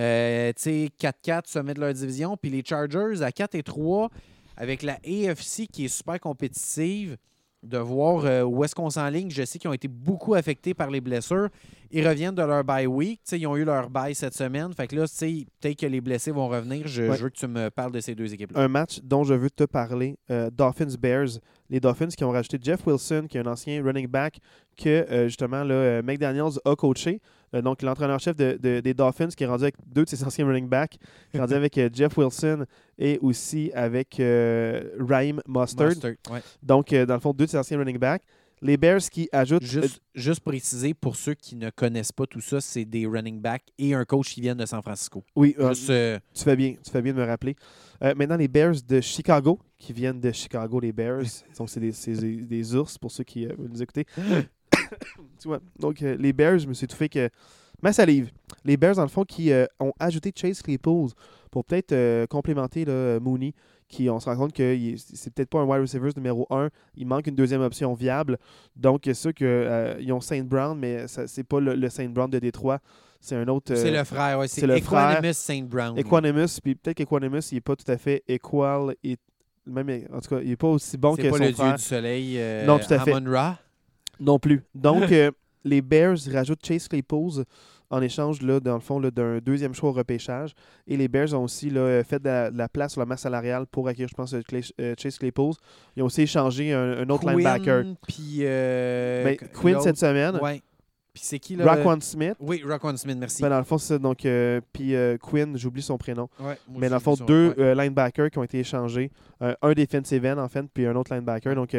4-4, sommet de leur division. Puis les Chargers à 4-3, avec la AFC qui est super compétitive, de voir où est-ce qu'on s'enligne. Je sais qu'ils ont été beaucoup affectés par les blessures. Ils reviennent de leur bye week. Ils ont eu leur bye cette semaine. Fait que là, peut-être que les blessés vont revenir. Je veux que tu me parles de ces deux équipes-là. Un match dont je veux te parler, Dolphins-Bears. Les Dolphins qui ont rajouté Jeff Wilson, qui est un ancien running back que justement McDaniels a coaché. Donc, l'entraîneur-chef des Dolphins qui est rendu avec 2 de ses anciens running backs, qui est rendu avec Jeff Wilson et aussi avec Raheem Mostert. Ouais. Donc, dans le fond, 2 de ses anciens running backs. Les Bears qui ajoutent... Juste préciser, pour ceux qui ne connaissent pas tout ça, c'est des running backs et un coach qui viennent de San Francisco. Oui, tu fais bien de me rappeler. Maintenant, les Bears de Chicago, qui viennent de Chicago, les Bears. Donc, c'est des ours, pour ceux qui veulent nous écouter. Tu vois, donc, les Bears, je me suis étouffé que ma salive. Les Bears, dans le fond, qui ont ajouté Chase Claypool pour peut-être complémenter Mooney, qui on se rend compte que c'est peut-être pas un wide receiver numéro 1. Il manque une deuxième option viable. Donc, c'est sûr qu'ils ont Saint Brown, mais c'est pas le Saint Brown de Détroit. C'est un autre... c'est le frère, oui. C'est le Equanimus Saint Brown. Equanimus, puis peut-être qu'Equanimus, il n'est pas tout à fait équal. Même, en tout cas, il n'est pas aussi bon que son frère. C'est pas le dieu du soleil, non, tout à fait. Amon-Ra? Non plus. Donc, les Bears rajoutent Chase Claypool en échange, là, dans le fond, là, d'un deuxième choix au repêchage. Et les Bears ont aussi là, fait de la place sur la masse salariale pour acquérir, je pense, Chase Claypool. Ils ont aussi échangé un autre linebacker. Puis Quinn cette semaine. Ouais. Puis c'est qui, là? Raquan Smith. Oui, Raquan Smith, merci. Dans le fond, c'est ça. Donc, puis Quinn, j'oublie son prénom. Ouais, mais dans le fond, 2 linebackers qui ont été échangés. Un defensive end, en fait, puis un autre linebacker. Donc,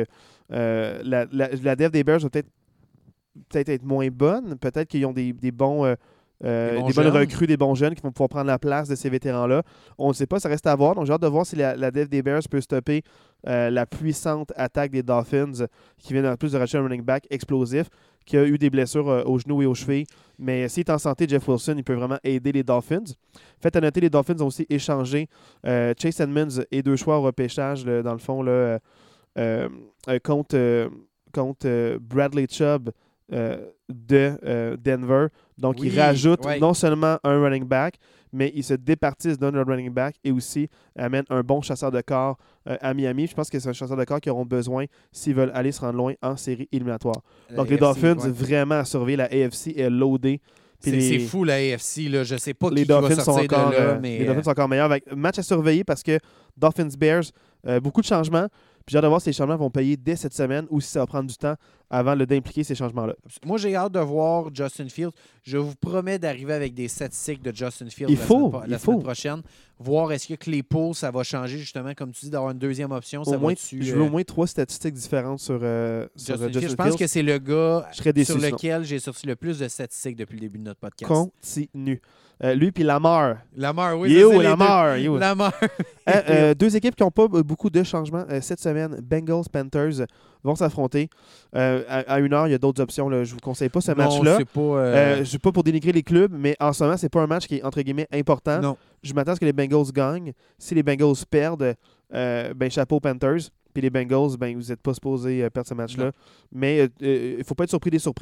la dev des Bears va peut-être être moins bonne. Peut-être qu'ils ont des bons... des bonnes recrues, des bons jeunes qui vont pouvoir prendre la place de ces vétérans-là. On ne sait pas, ça reste à voir. Donc, j'ai hâte de voir si la dev des Bears peut stopper la puissante attaque des Dolphins qui vient en plus de racheter un running back explosif qui a eu des blessures aux genoux et aux chevilles. Mais s'il est en santé, Jeff Wilson, il peut vraiment aider les Dolphins. Faites à noter, les Dolphins ont aussi échangé Chase Edmonds et 2 choix au repêchage, dans le fond, là, contre Bradley Chubb de Denver. Donc, ils rajoutent non seulement un running back, mais ils se départissent d'un running back et aussi amènent un bon chasseur de corps à Miami. Je pense que c'est un chasseur de corps qu'ils auront besoin s'ils veulent aller se rendre loin en série éliminatoire. Donc, les Dolphins, vraiment à surveiller. La AFC est loadée. C'est fou, la AFC. Là. Je ne sais pas qui va sortir de là. Mais les Dolphins sont encore meilleurs. Avec match à surveiller parce que Dolphins-Bears, beaucoup de changements. Puis j'ai hâte de voir si ces changements vont payer dès cette semaine ou si ça va prendre du temps avant d'impliquer ces changements-là. Moi, j'ai hâte de voir Justin Fields. Je vous promets d'arriver avec des statistiques de Justin Fields la semaine prochaine. Voir est-ce que Claypool, ça va changer justement, comme tu dis, d'avoir une deuxième option. Je veux au moins 3 statistiques différentes sur Justin Fields. Je pense que c'est le gars sur lequel j'ai sorti le plus de statistiques depuis le début de notre podcast. Continue. Lui puis Lamar. Lamar, oui. Lamar. Lamar. 2 équipes qui n'ont pas beaucoup de changements cette semaine. Bengals, Panthers vont s'affronter. À 1h, il y a d'autres options. Là. Je ne vous conseille pas ce match-là. Je ne suis pas pour dénigrer les clubs, mais en ce moment, c'est pas un match qui est entre guillemets important. Non. Je m'attends à ce que les Bengals gagnent. Si les Bengals perdent, chapeau Panthers. Puis les Bengals, vous n'êtes pas supposés perdre ce match-là. Non. Mais il ne faut pas être surpris des surprises.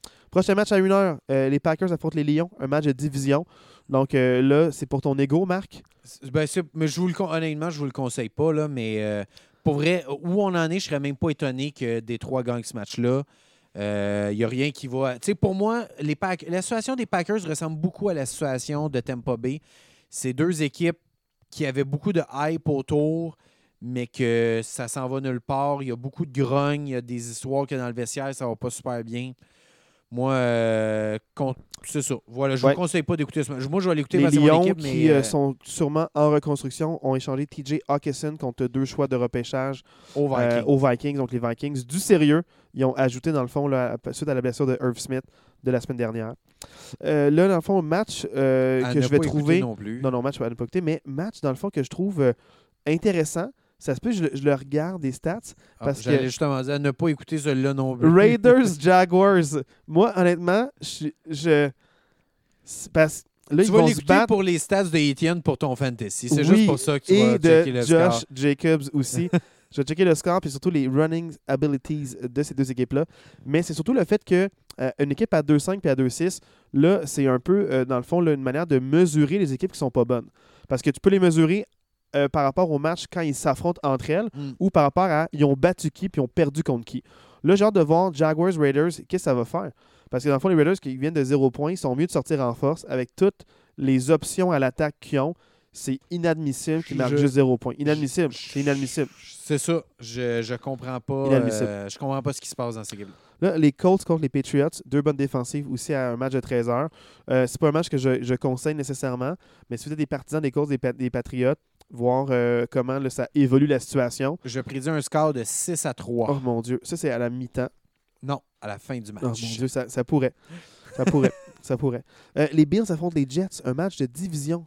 Prochain match à 1h, les Packers affrontent les Lions, un match de division. Donc là, c'est pour ton ego, Marc? Mais honnêtement, je vous le conseille pas, là, mais pour vrai, où on en est, je serais même pas étonné que Détroit gagne ce match-là. Il n'y a rien qui va... Tu sais, pour moi, la situation des Packers ressemble beaucoup à la situation de Tampa Bay. C'est deux équipes qui avaient beaucoup de hype autour, mais que ça s'en va nulle part. Il y a beaucoup de grogne, il y a des histoires que dans le vestiaire, ça va pas super bien. Moi, c'est ça. Voilà, je ne vous conseille pas d'écouter ce match. Moi, je vais l'écouter parce que c'est mon équipe. Les Lions, qui sont sûrement en reconstruction, ont échangé TJ Hawkinson contre 2 choix de repêchage aux Vikings. Donc, les Vikings, du sérieux, ils ont ajouté, dans le fond, là, suite à la blessure de Irv Smith de la semaine dernière. Là, dans le fond, match que je vais trouver... Non, match à ne pas écouter, mais match, dans le fond, que je trouve intéressant. Ça se peut, je le regarde des stats. J'allais justement dire, ne pas écouter celui-là non plus. Raiders-Jaguars. Moi, honnêtement, parce là, tu vas l'écouter pour les stats de Etienne pour ton fantasy. C'est juste pour ça que tu vas checker le score. Et de Josh Jacobs aussi. Je vais checker le score et surtout les running abilities de ces deux équipes-là. Mais c'est surtout le fait que une équipe à 2-5 et à 2-6, là, c'est un peu, dans le fond, là, une manière de mesurer les équipes qui sont pas bonnes. Parce que tu peux les mesurer par rapport au match quand ils s'affrontent entre elles ou par rapport à ils ont battu qui puis ils ont perdu contre qui. Là, j'ai hâte de voir Jaguars-Raiders, qu'est-ce que ça va faire? Parce que dans le fond, les Raiders qui viennent de 0 points, ils sont mieux de sortir en force avec toutes les options à l'attaque qu'ils ont. C'est inadmissible qu'ils marquent juste 0 points. Inadmissible. C'est inadmissible. C'est ça. Je comprends pas. Je comprends pas ce qui se passe dans ces games. Là, les Colts contre les Patriots, 2 bonnes défensives aussi à un match de 13h. C'est pas un match que je conseille nécessairement, mais si vous êtes des partisans des Colts des Patriots, voir comment là, ça évolue la situation. Je prédis un score de 6-3. Oh mon Dieu, ça c'est à la mi-temps. Non, à la fin du match. Oh mon Dieu, ça pourrait. Ça pourrait. Ça pourrait. Les Bills affrontent les Jets, un match de division.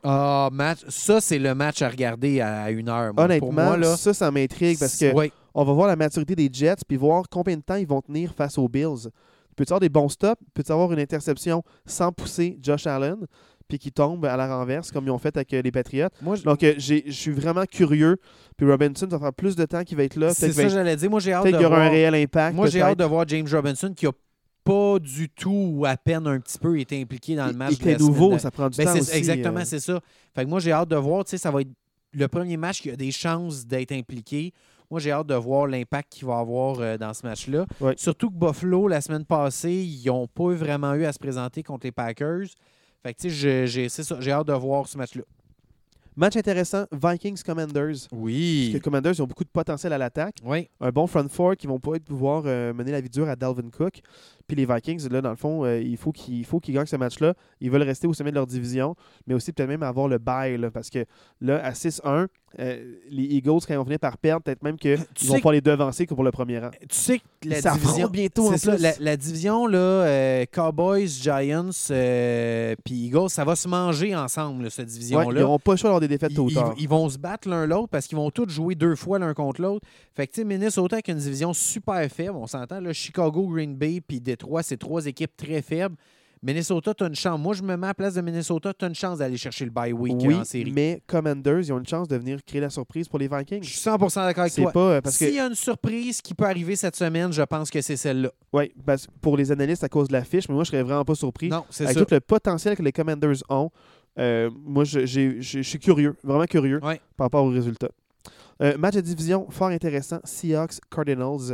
Ça, c'est le match à regarder à 1h. Honnêtement, pour moi, là, ça m'intrigue parce que on va voir la maturité des Jets puis voir combien de temps ils vont tenir face aux Bills. Peux-tu avoir des bons stops? Peux-tu avoir une interception sans pousser Josh Allen puis qui tombe à la renverse comme ils ont fait avec les Patriots? Donc, je suis vraiment curieux. Puis Robinson, ça va faire plus de temps qu'il va être là. C'est ça que j'allais dire. Moi, j'ai hâte de voir... Peut-être qu'il y aura un réel impact. Moi, j'ai hâte de voir James Robinson qui a pas du tout ou à peine un petit peu été impliqué dans le match. Il était nouveau, ça prend du temps aussi. Exactement, c'est ça. Fait que moi, j'ai hâte de voir. Ça va être le premier match qui a des chances d'être impliqué. Moi, j'ai hâte de voir l'impact qu'il va avoir dans ce match-là. Ouais. Surtout que Buffalo, la semaine passée, ils n'ont pas vraiment eu à se présenter contre les Packers. Fait que, tu sais, j'ai hâte de voir ce match-là. Match intéressant, Vikings-Commanders. Oui. Parce que les Commanders ils ont beaucoup de potentiel à l'attaque. Oui. Un bon front four qui vont pouvoir mener la vie dure à Dalvin Cook. Puis les Vikings, là, dans le fond, il faut qu'ils gagnent ce match-là. Ils veulent rester au sommet de leur division, mais aussi peut-être même avoir le bye. Là, parce que là, à 6-1, les Eagles, quand ils vont venir par perdre, peut-être même qu'ils vont pouvoir les devancer que pour le premier rang. Tu sais que la ça division... bientôt en ça, plus. la division, là, Cowboys, Giants, puis Eagles, ça va se manger ensemble, là, cette division-là. Ouais, ils n'auront pas le choix d'avoir des défaites tôt ou tard. Ils vont se battre l'un l'autre parce qu'ils vont tous jouer 2 fois l'un contre l'autre. Fait que, tu sais, Minnesota avec une division super faible, on s'entend, là, Chicago, Green Bay, puis Détroit, c'est 3 équipes très faibles. Minnesota, tu as une chance. Moi, je me mets à la place de Minnesota, tu as une chance d'aller chercher le bye week en série. Oui, mais Commanders, ils ont une chance de venir créer la surprise pour les Vikings. Je suis 100% d'accord avec toi. Pas, parce S'il y a une surprise qui peut arriver cette semaine, je pense que c'est celle-là. Oui, pour les analystes à cause de la fiche, mais moi, je serais vraiment pas surpris. Non, c'est avec ça. tout le potentiel que les Commanders ont, moi, je suis curieux, vraiment curieux par rapport aux résultats. Match de division fort intéressant, Seahawks-Cardinals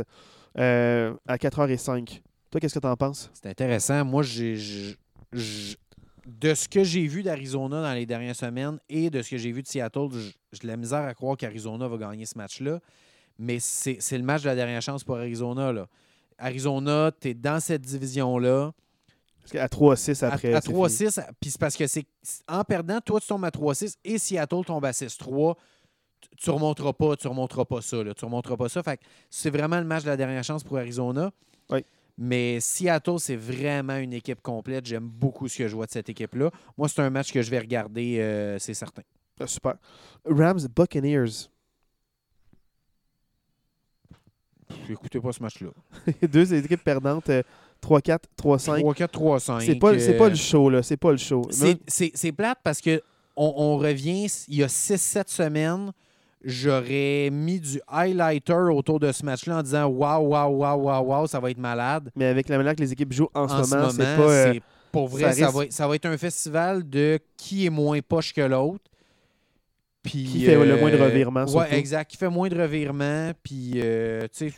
à 4h05. Toi, qu'est-ce que tu en penses? C'est intéressant. Moi, de ce que j'ai vu d'Arizona dans les dernières semaines et de ce que j'ai vu de Seattle, j'ai de la misère à croire qu'Arizona va gagner ce match-là. Mais c'est le match de la dernière chance pour Arizona, là. Arizona, tu es dans cette division-là. À 3-6 après. À 3-6, puis c'est parce que en perdant, toi, tu tombes à 3-6 et Seattle tombe à 6-3. Tu ne remonteras pas ça. Là. Tu ne remonteras pas ça. Fait que c'est vraiment le match de la dernière chance pour Arizona. Oui. Mais Seattle, c'est vraiment une équipe complète. J'aime beaucoup ce que je vois de cette équipe-là. Moi, c'est un match que je vais regarder, c'est certain. Super. Rams-Buccaneers. Écoutez pas ce match-là. 2 équipes perdantes, 3-4, 3-5. 3-4, 3-5. C'est pas le show, là. C'est pas le show. C'est plate parce que on revient il y a 6-7 semaines. j'aurais mis du highlighter autour de ce match-là en disant waouh, waouh, waouh, waouh, waouh, ça va être malade. Mais avec la manière que les équipes jouent en ce moment, c'est c'est pas... pour vrai, ça ça va être un festival de qui est moins poche que l'autre. Puis, qui fait le moins de revirements, ouais, surtout. exact. Qui fait moins de revirements. Puis, tu sais,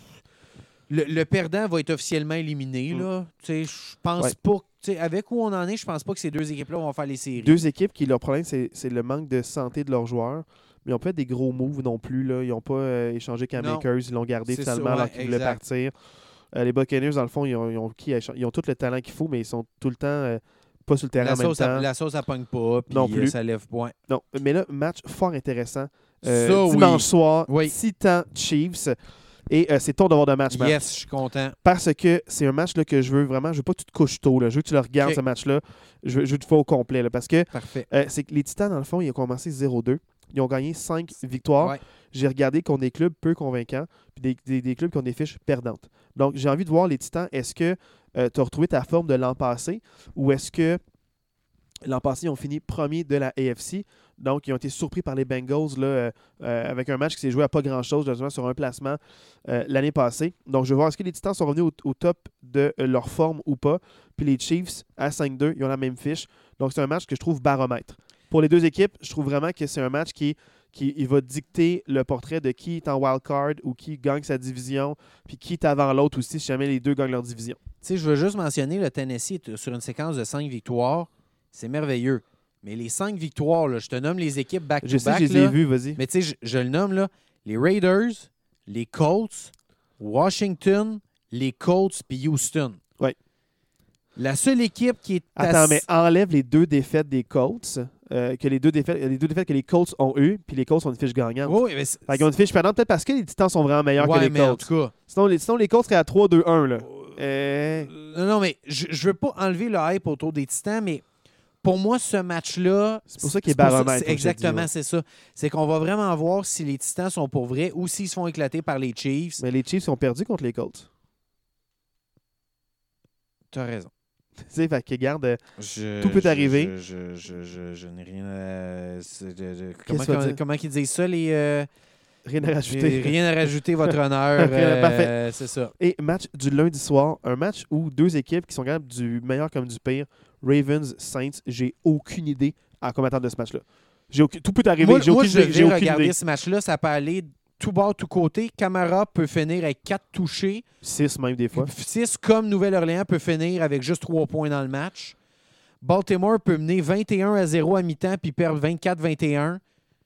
le perdant va être officiellement éliminé. Là. Tu sais, je pense pas... Tu sais, avec où on en est, je pense pas que ces deux équipes-là vont faire les séries. Deux équipes qui, leur problème, c'est le manque de santé de leurs joueurs. Mais ils n'ont pas des gros moves non plus. Là. Ils n'ont pas échangé Cam Akers. Ils l'ont gardé C'est finalement ça, alors qu'ils voulaient partir. Les Buccaneers, dans le fond, ils ont tout le talent qu'il faut, mais ils sont tout le temps pas sur le terrain en même temps. La sauce, elle pogne pas, puis non plus. Ça lève point. Non, mais là, match fort intéressant. Ça, dimanche soir, oui. Titans Chiefs. Et c'est ton devoir de match, Marc. Yes, je suis content. Parce que c'est un match là, que je veux vraiment. Je veux pas que tu te couches tôt. Là. Je veux que tu le regardes, ce match-là. Je veux que tu le fasses au complet. Là, parce que c'est que les Titans, dans le fond, ils ont commencé 0-2. Ils ont gagné 5 victoires. Ouais. J'ai regardé qu'on des clubs peu convaincants puis des clubs qui ont des fiches perdantes. Donc, j'ai envie de voir les Titans. Est-ce que tu as retrouvé ta forme de l'an passé ou est-ce que l'an passé, ils ont fini premier de la AFC. Donc, ils ont été surpris par les Bengals là, avec un match qui s'est joué à pas grand-chose, justement, sur un placement l'année passée. Donc, je vais voir est-ce que les Titans sont revenus au top de leur forme ou pas. Puis les Chiefs, à 5-2, ils ont la même fiche. Donc, c'est un match que je trouve baromètre. Pour les deux équipes, je trouve vraiment que c'est un match qui va dicter le portrait de qui est en wild card ou qui gagne sa division, puis qui est avant l'autre aussi si jamais les deux gagnent leur division. Tu sais, je veux juste mentionner, le Tennessee est sur une séquence de 5 victoires. C'est merveilleux. Mais les 5 victoires, là, je te nomme les équipes back-to-back. Je sais, je les ai vues, vas-y. Mais tu sais, je le nomme, là, les Raiders, les Colts, Washington, les Colts puis Houston. Oui. La seule équipe qui est... Attends, mais enlève les 2 défaites des Colts, les deux défaites que les Colts ont eues, puis les Colts ont une fiche gagnante. Oui, mais ils ont une fiche perdante, peut-être parce que les Titans sont vraiment meilleurs que les Colts. En tout cas, sinon, les Colts seraient à 3-2-1. Là. Non, mais je veux pas enlever le hype autour des Titans, mais pour moi, ce match-là... C'est pour ça qu'il est baromètre. Exactement, c'est ça. C'est qu'on va vraiment voir si les Titans sont pour vrai ou s'ils se font éclater par les Chiefs. Mais les Chiefs ont perdu contre les Colts. Tu as raison. Tu sais, fait que garde, tout peut arriver. Je n'ai rien à... Comment ils disent ça, les... Rien à rajouter. Rien à rajouter, votre honneur. Parfait. C'est ça. Et match du lundi soir, un match où deux équipes qui sont capables du meilleur comme du pire, Ravens, Saints, j'ai aucune idée à comment attendre de ce match-là. Tout peut arriver. Moi, je j'ai vais regarder ce match-là, ça peut aller tout bord, tout côté. Camara peut finir avec 4 touchés. 6 même des fois. 6 comme Nouvelle-Orléans peut finir avec juste 3 points dans le match. Baltimore peut mener 21-0 à mi-temps puis perdre 24-21.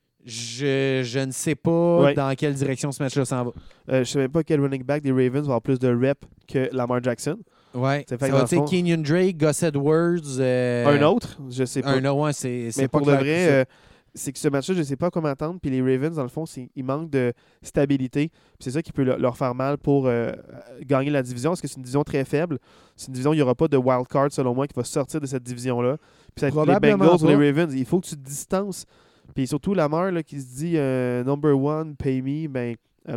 Je ne sais pas dans quelle direction ce match-là s'en va. Je ne sais même pas quel running back des Ravens va avoir plus de reps que Lamar Jackson. Ouais. Ça va être Kenyon Drake, Gus Edwards. Un autre, je ne sais pas. Un autre, ouais, c'est mais pas pour de vrai, c'est que ce match-là, je ne sais pas comment attendre. Puis les Ravens, dans le fond, il manque de stabilité. C'est ça qui peut leur faire mal pour gagner la division. Parce que c'est une division très faible. C'est une division où il n'y aura pas de wild card, selon moi, qui va sortir de cette division-là. Puis ça va être les Bengals ou les Ravens. Il faut que tu te distances. Puis surtout, Lamar là, qui se dit number one, pay me, ben,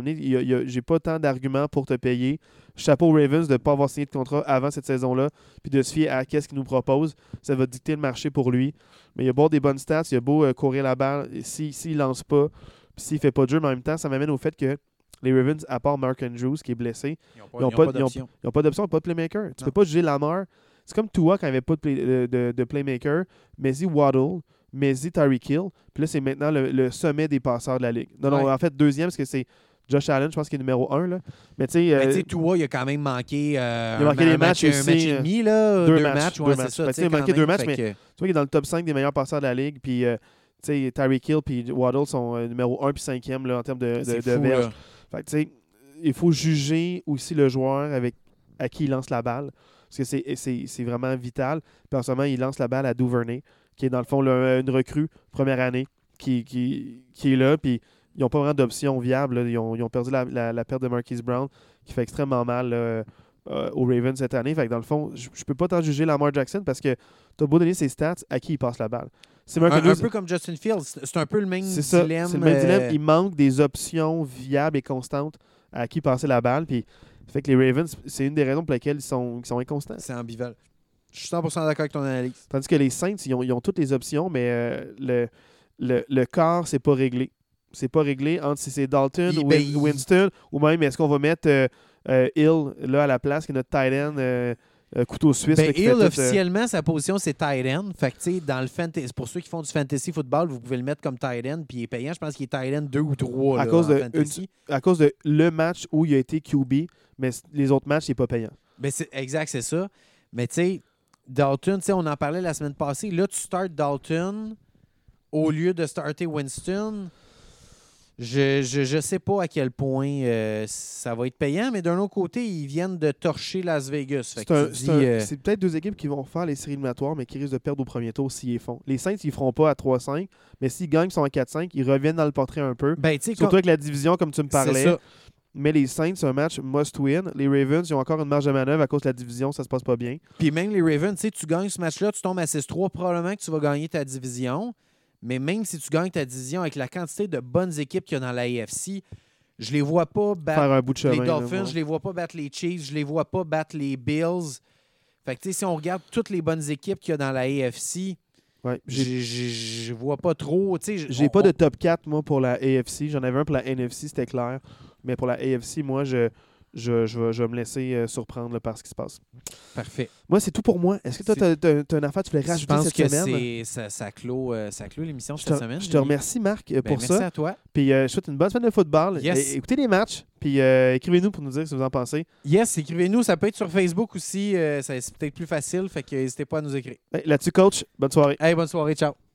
j'ai pas tant d'arguments pour te payer. Chapeau aux Ravens de ne pas avoir signé de contrat avant cette saison-là, puis de se fier à qu'est-ce qu'il nous propose. Ça va dicter le marché pour lui. Mais il a beau des bonnes stats, il a beau courir la balle, s'il lance pas, puis s'il fait pas de jeu, mais en même temps, ça m'amène au fait que les Ravens, à part Mark Andrews qui est blessé, ils n'ont pas d'option. Ils n'ont pas d'option, pas de playmaker. Tu peux pas juger Lamar. C'est comme Tua quand il n'y avait pas de playmaker, mais Waddle, Messi, Tyreek Hill. Puis là, c'est maintenant le sommet des passeurs de la Ligue. Non, en fait, deuxième, parce que c'est Josh Allen, je pense qu'il est numéro 1. Là. Mais tu sais, Tua, il a quand même manqué, il a manqué des matchs aussi. Un match et demi, là. Deux matchs. Ouais, c'est ça. Il a manqué 2 matchs, mais tu vois qu'il est dans le top 5 des meilleurs passeurs de la Ligue. Puis, tu sais, Tyreek Hill et Waddle sont numéro 1 puis 5e là, en termes de verges. Fait que, tu sais, il faut juger aussi le joueur à qui il lance la balle. Parce que c'est vraiment vital. Puis en ce moment, il lance la balle à Duvernay, qui est dans le fond une recrue première année qui est là. Puis ils n'ont pas vraiment d'option viable. Là. Ils ont perdu la perte de Marquise Brown, qui fait extrêmement mal aux Ravens cette année. Fait que dans le fond, je ne peux pas t'en juger Lamar Jackson parce que tu as beau donner ses stats, à qui il passe la balle. C'est un peu comme Justin Fields. C'est un peu le même dilemme. C'est le même dilemme. Il manque des options viables et constantes à qui passer la balle. Puis fait que les Ravens, c'est une des raisons pour lesquelles ils sont inconstants. C'est ambivalent. Je suis 100% d'accord avec ton analyse. Tandis que les Saints, ils ont toutes les options, mais le corps, c'est pas réglé. c'est pas réglé entre si c'est Dalton ou Ben, Winston, ou même est-ce qu'on va mettre Hill là à la place, qui est notre tight end couteau suisse. Ben, là, qui Hill, fait tout, officiellement, sa position, c'est tight end. Fait que, tu sais, dans le fantasy, pour ceux qui font du fantasy football, vous pouvez le mettre comme tight end, puis il est payant. Je pense qu'il est tight end 2 ou 3 à là, cause en de fantasy. à cause de le match où il a été QB, mais les autres matchs, il n'est pas payant. Ben, exact, c'est ça. Mais tu sais, Dalton, tu sais, on en parlait la semaine passée. Là, tu starts Dalton au lieu de starter Winston. Je sais pas à quel point ça va être payant, mais d'un autre côté, ils viennent de torcher Las Vegas. Fait que tu dis, C'est peut-être deux équipes qui vont faire les séries éliminatoires, mais qui risquent de perdre au premier tour s'ils les font. Les Saints, ils ne feront pas à 3-5, mais s'ils gagnent, ils sont à 4-5, ils reviennent dans le portrait un peu. ben, tu sais, Surtout avec la division, comme tu me c'est parlais. ça. Mais les Saints, c'est un match must-win. Les Ravens, ils ont encore une marge de manœuvre à cause de la division, ça se passe pas bien. Puis même les Ravens, tu sais, tu gagnes ce match-là, tu tombes à 6-3, probablement que tu vas gagner ta division. Mais même si tu gagnes ta division avec la quantité de bonnes équipes qu'il y a dans la AFC, je les vois pas battre Faire un bout de chemin. les Dolphins, là, je les vois pas battre les Chiefs, je les vois pas battre les Bills. Fait que, tu sais, si on regarde toutes les bonnes équipes qu'il y a dans la AFC, ouais. je vois pas trop. Tu sais, J'ai pas de top 4, moi, pour la AFC. J'en avais un pour la NFC, c'était clair. Mais pour la AFC, moi, je vais me laisser surprendre là, par ce qui se passe. Parfait. Moi, c'est tout pour moi. Est-ce que toi, tu as une affaire que tu voulais Je rajouter pense cette que semaine? ça clôt l'émission Je cette te, semaine. je te remercie, Marc, Ben, pour merci ça. à toi. Puis je souhaite une bonne semaine de football. Yes. Écoutez les matchs, puis écrivez-nous pour nous dire ce que vous en pensez. Yes, écrivez-nous. Ça peut être sur Facebook aussi. C'est peut-être plus facile. Fait que n'hésitez pas à nous écrire. Là-dessus, coach, bonne soirée. Hey, bonne soirée. Ciao.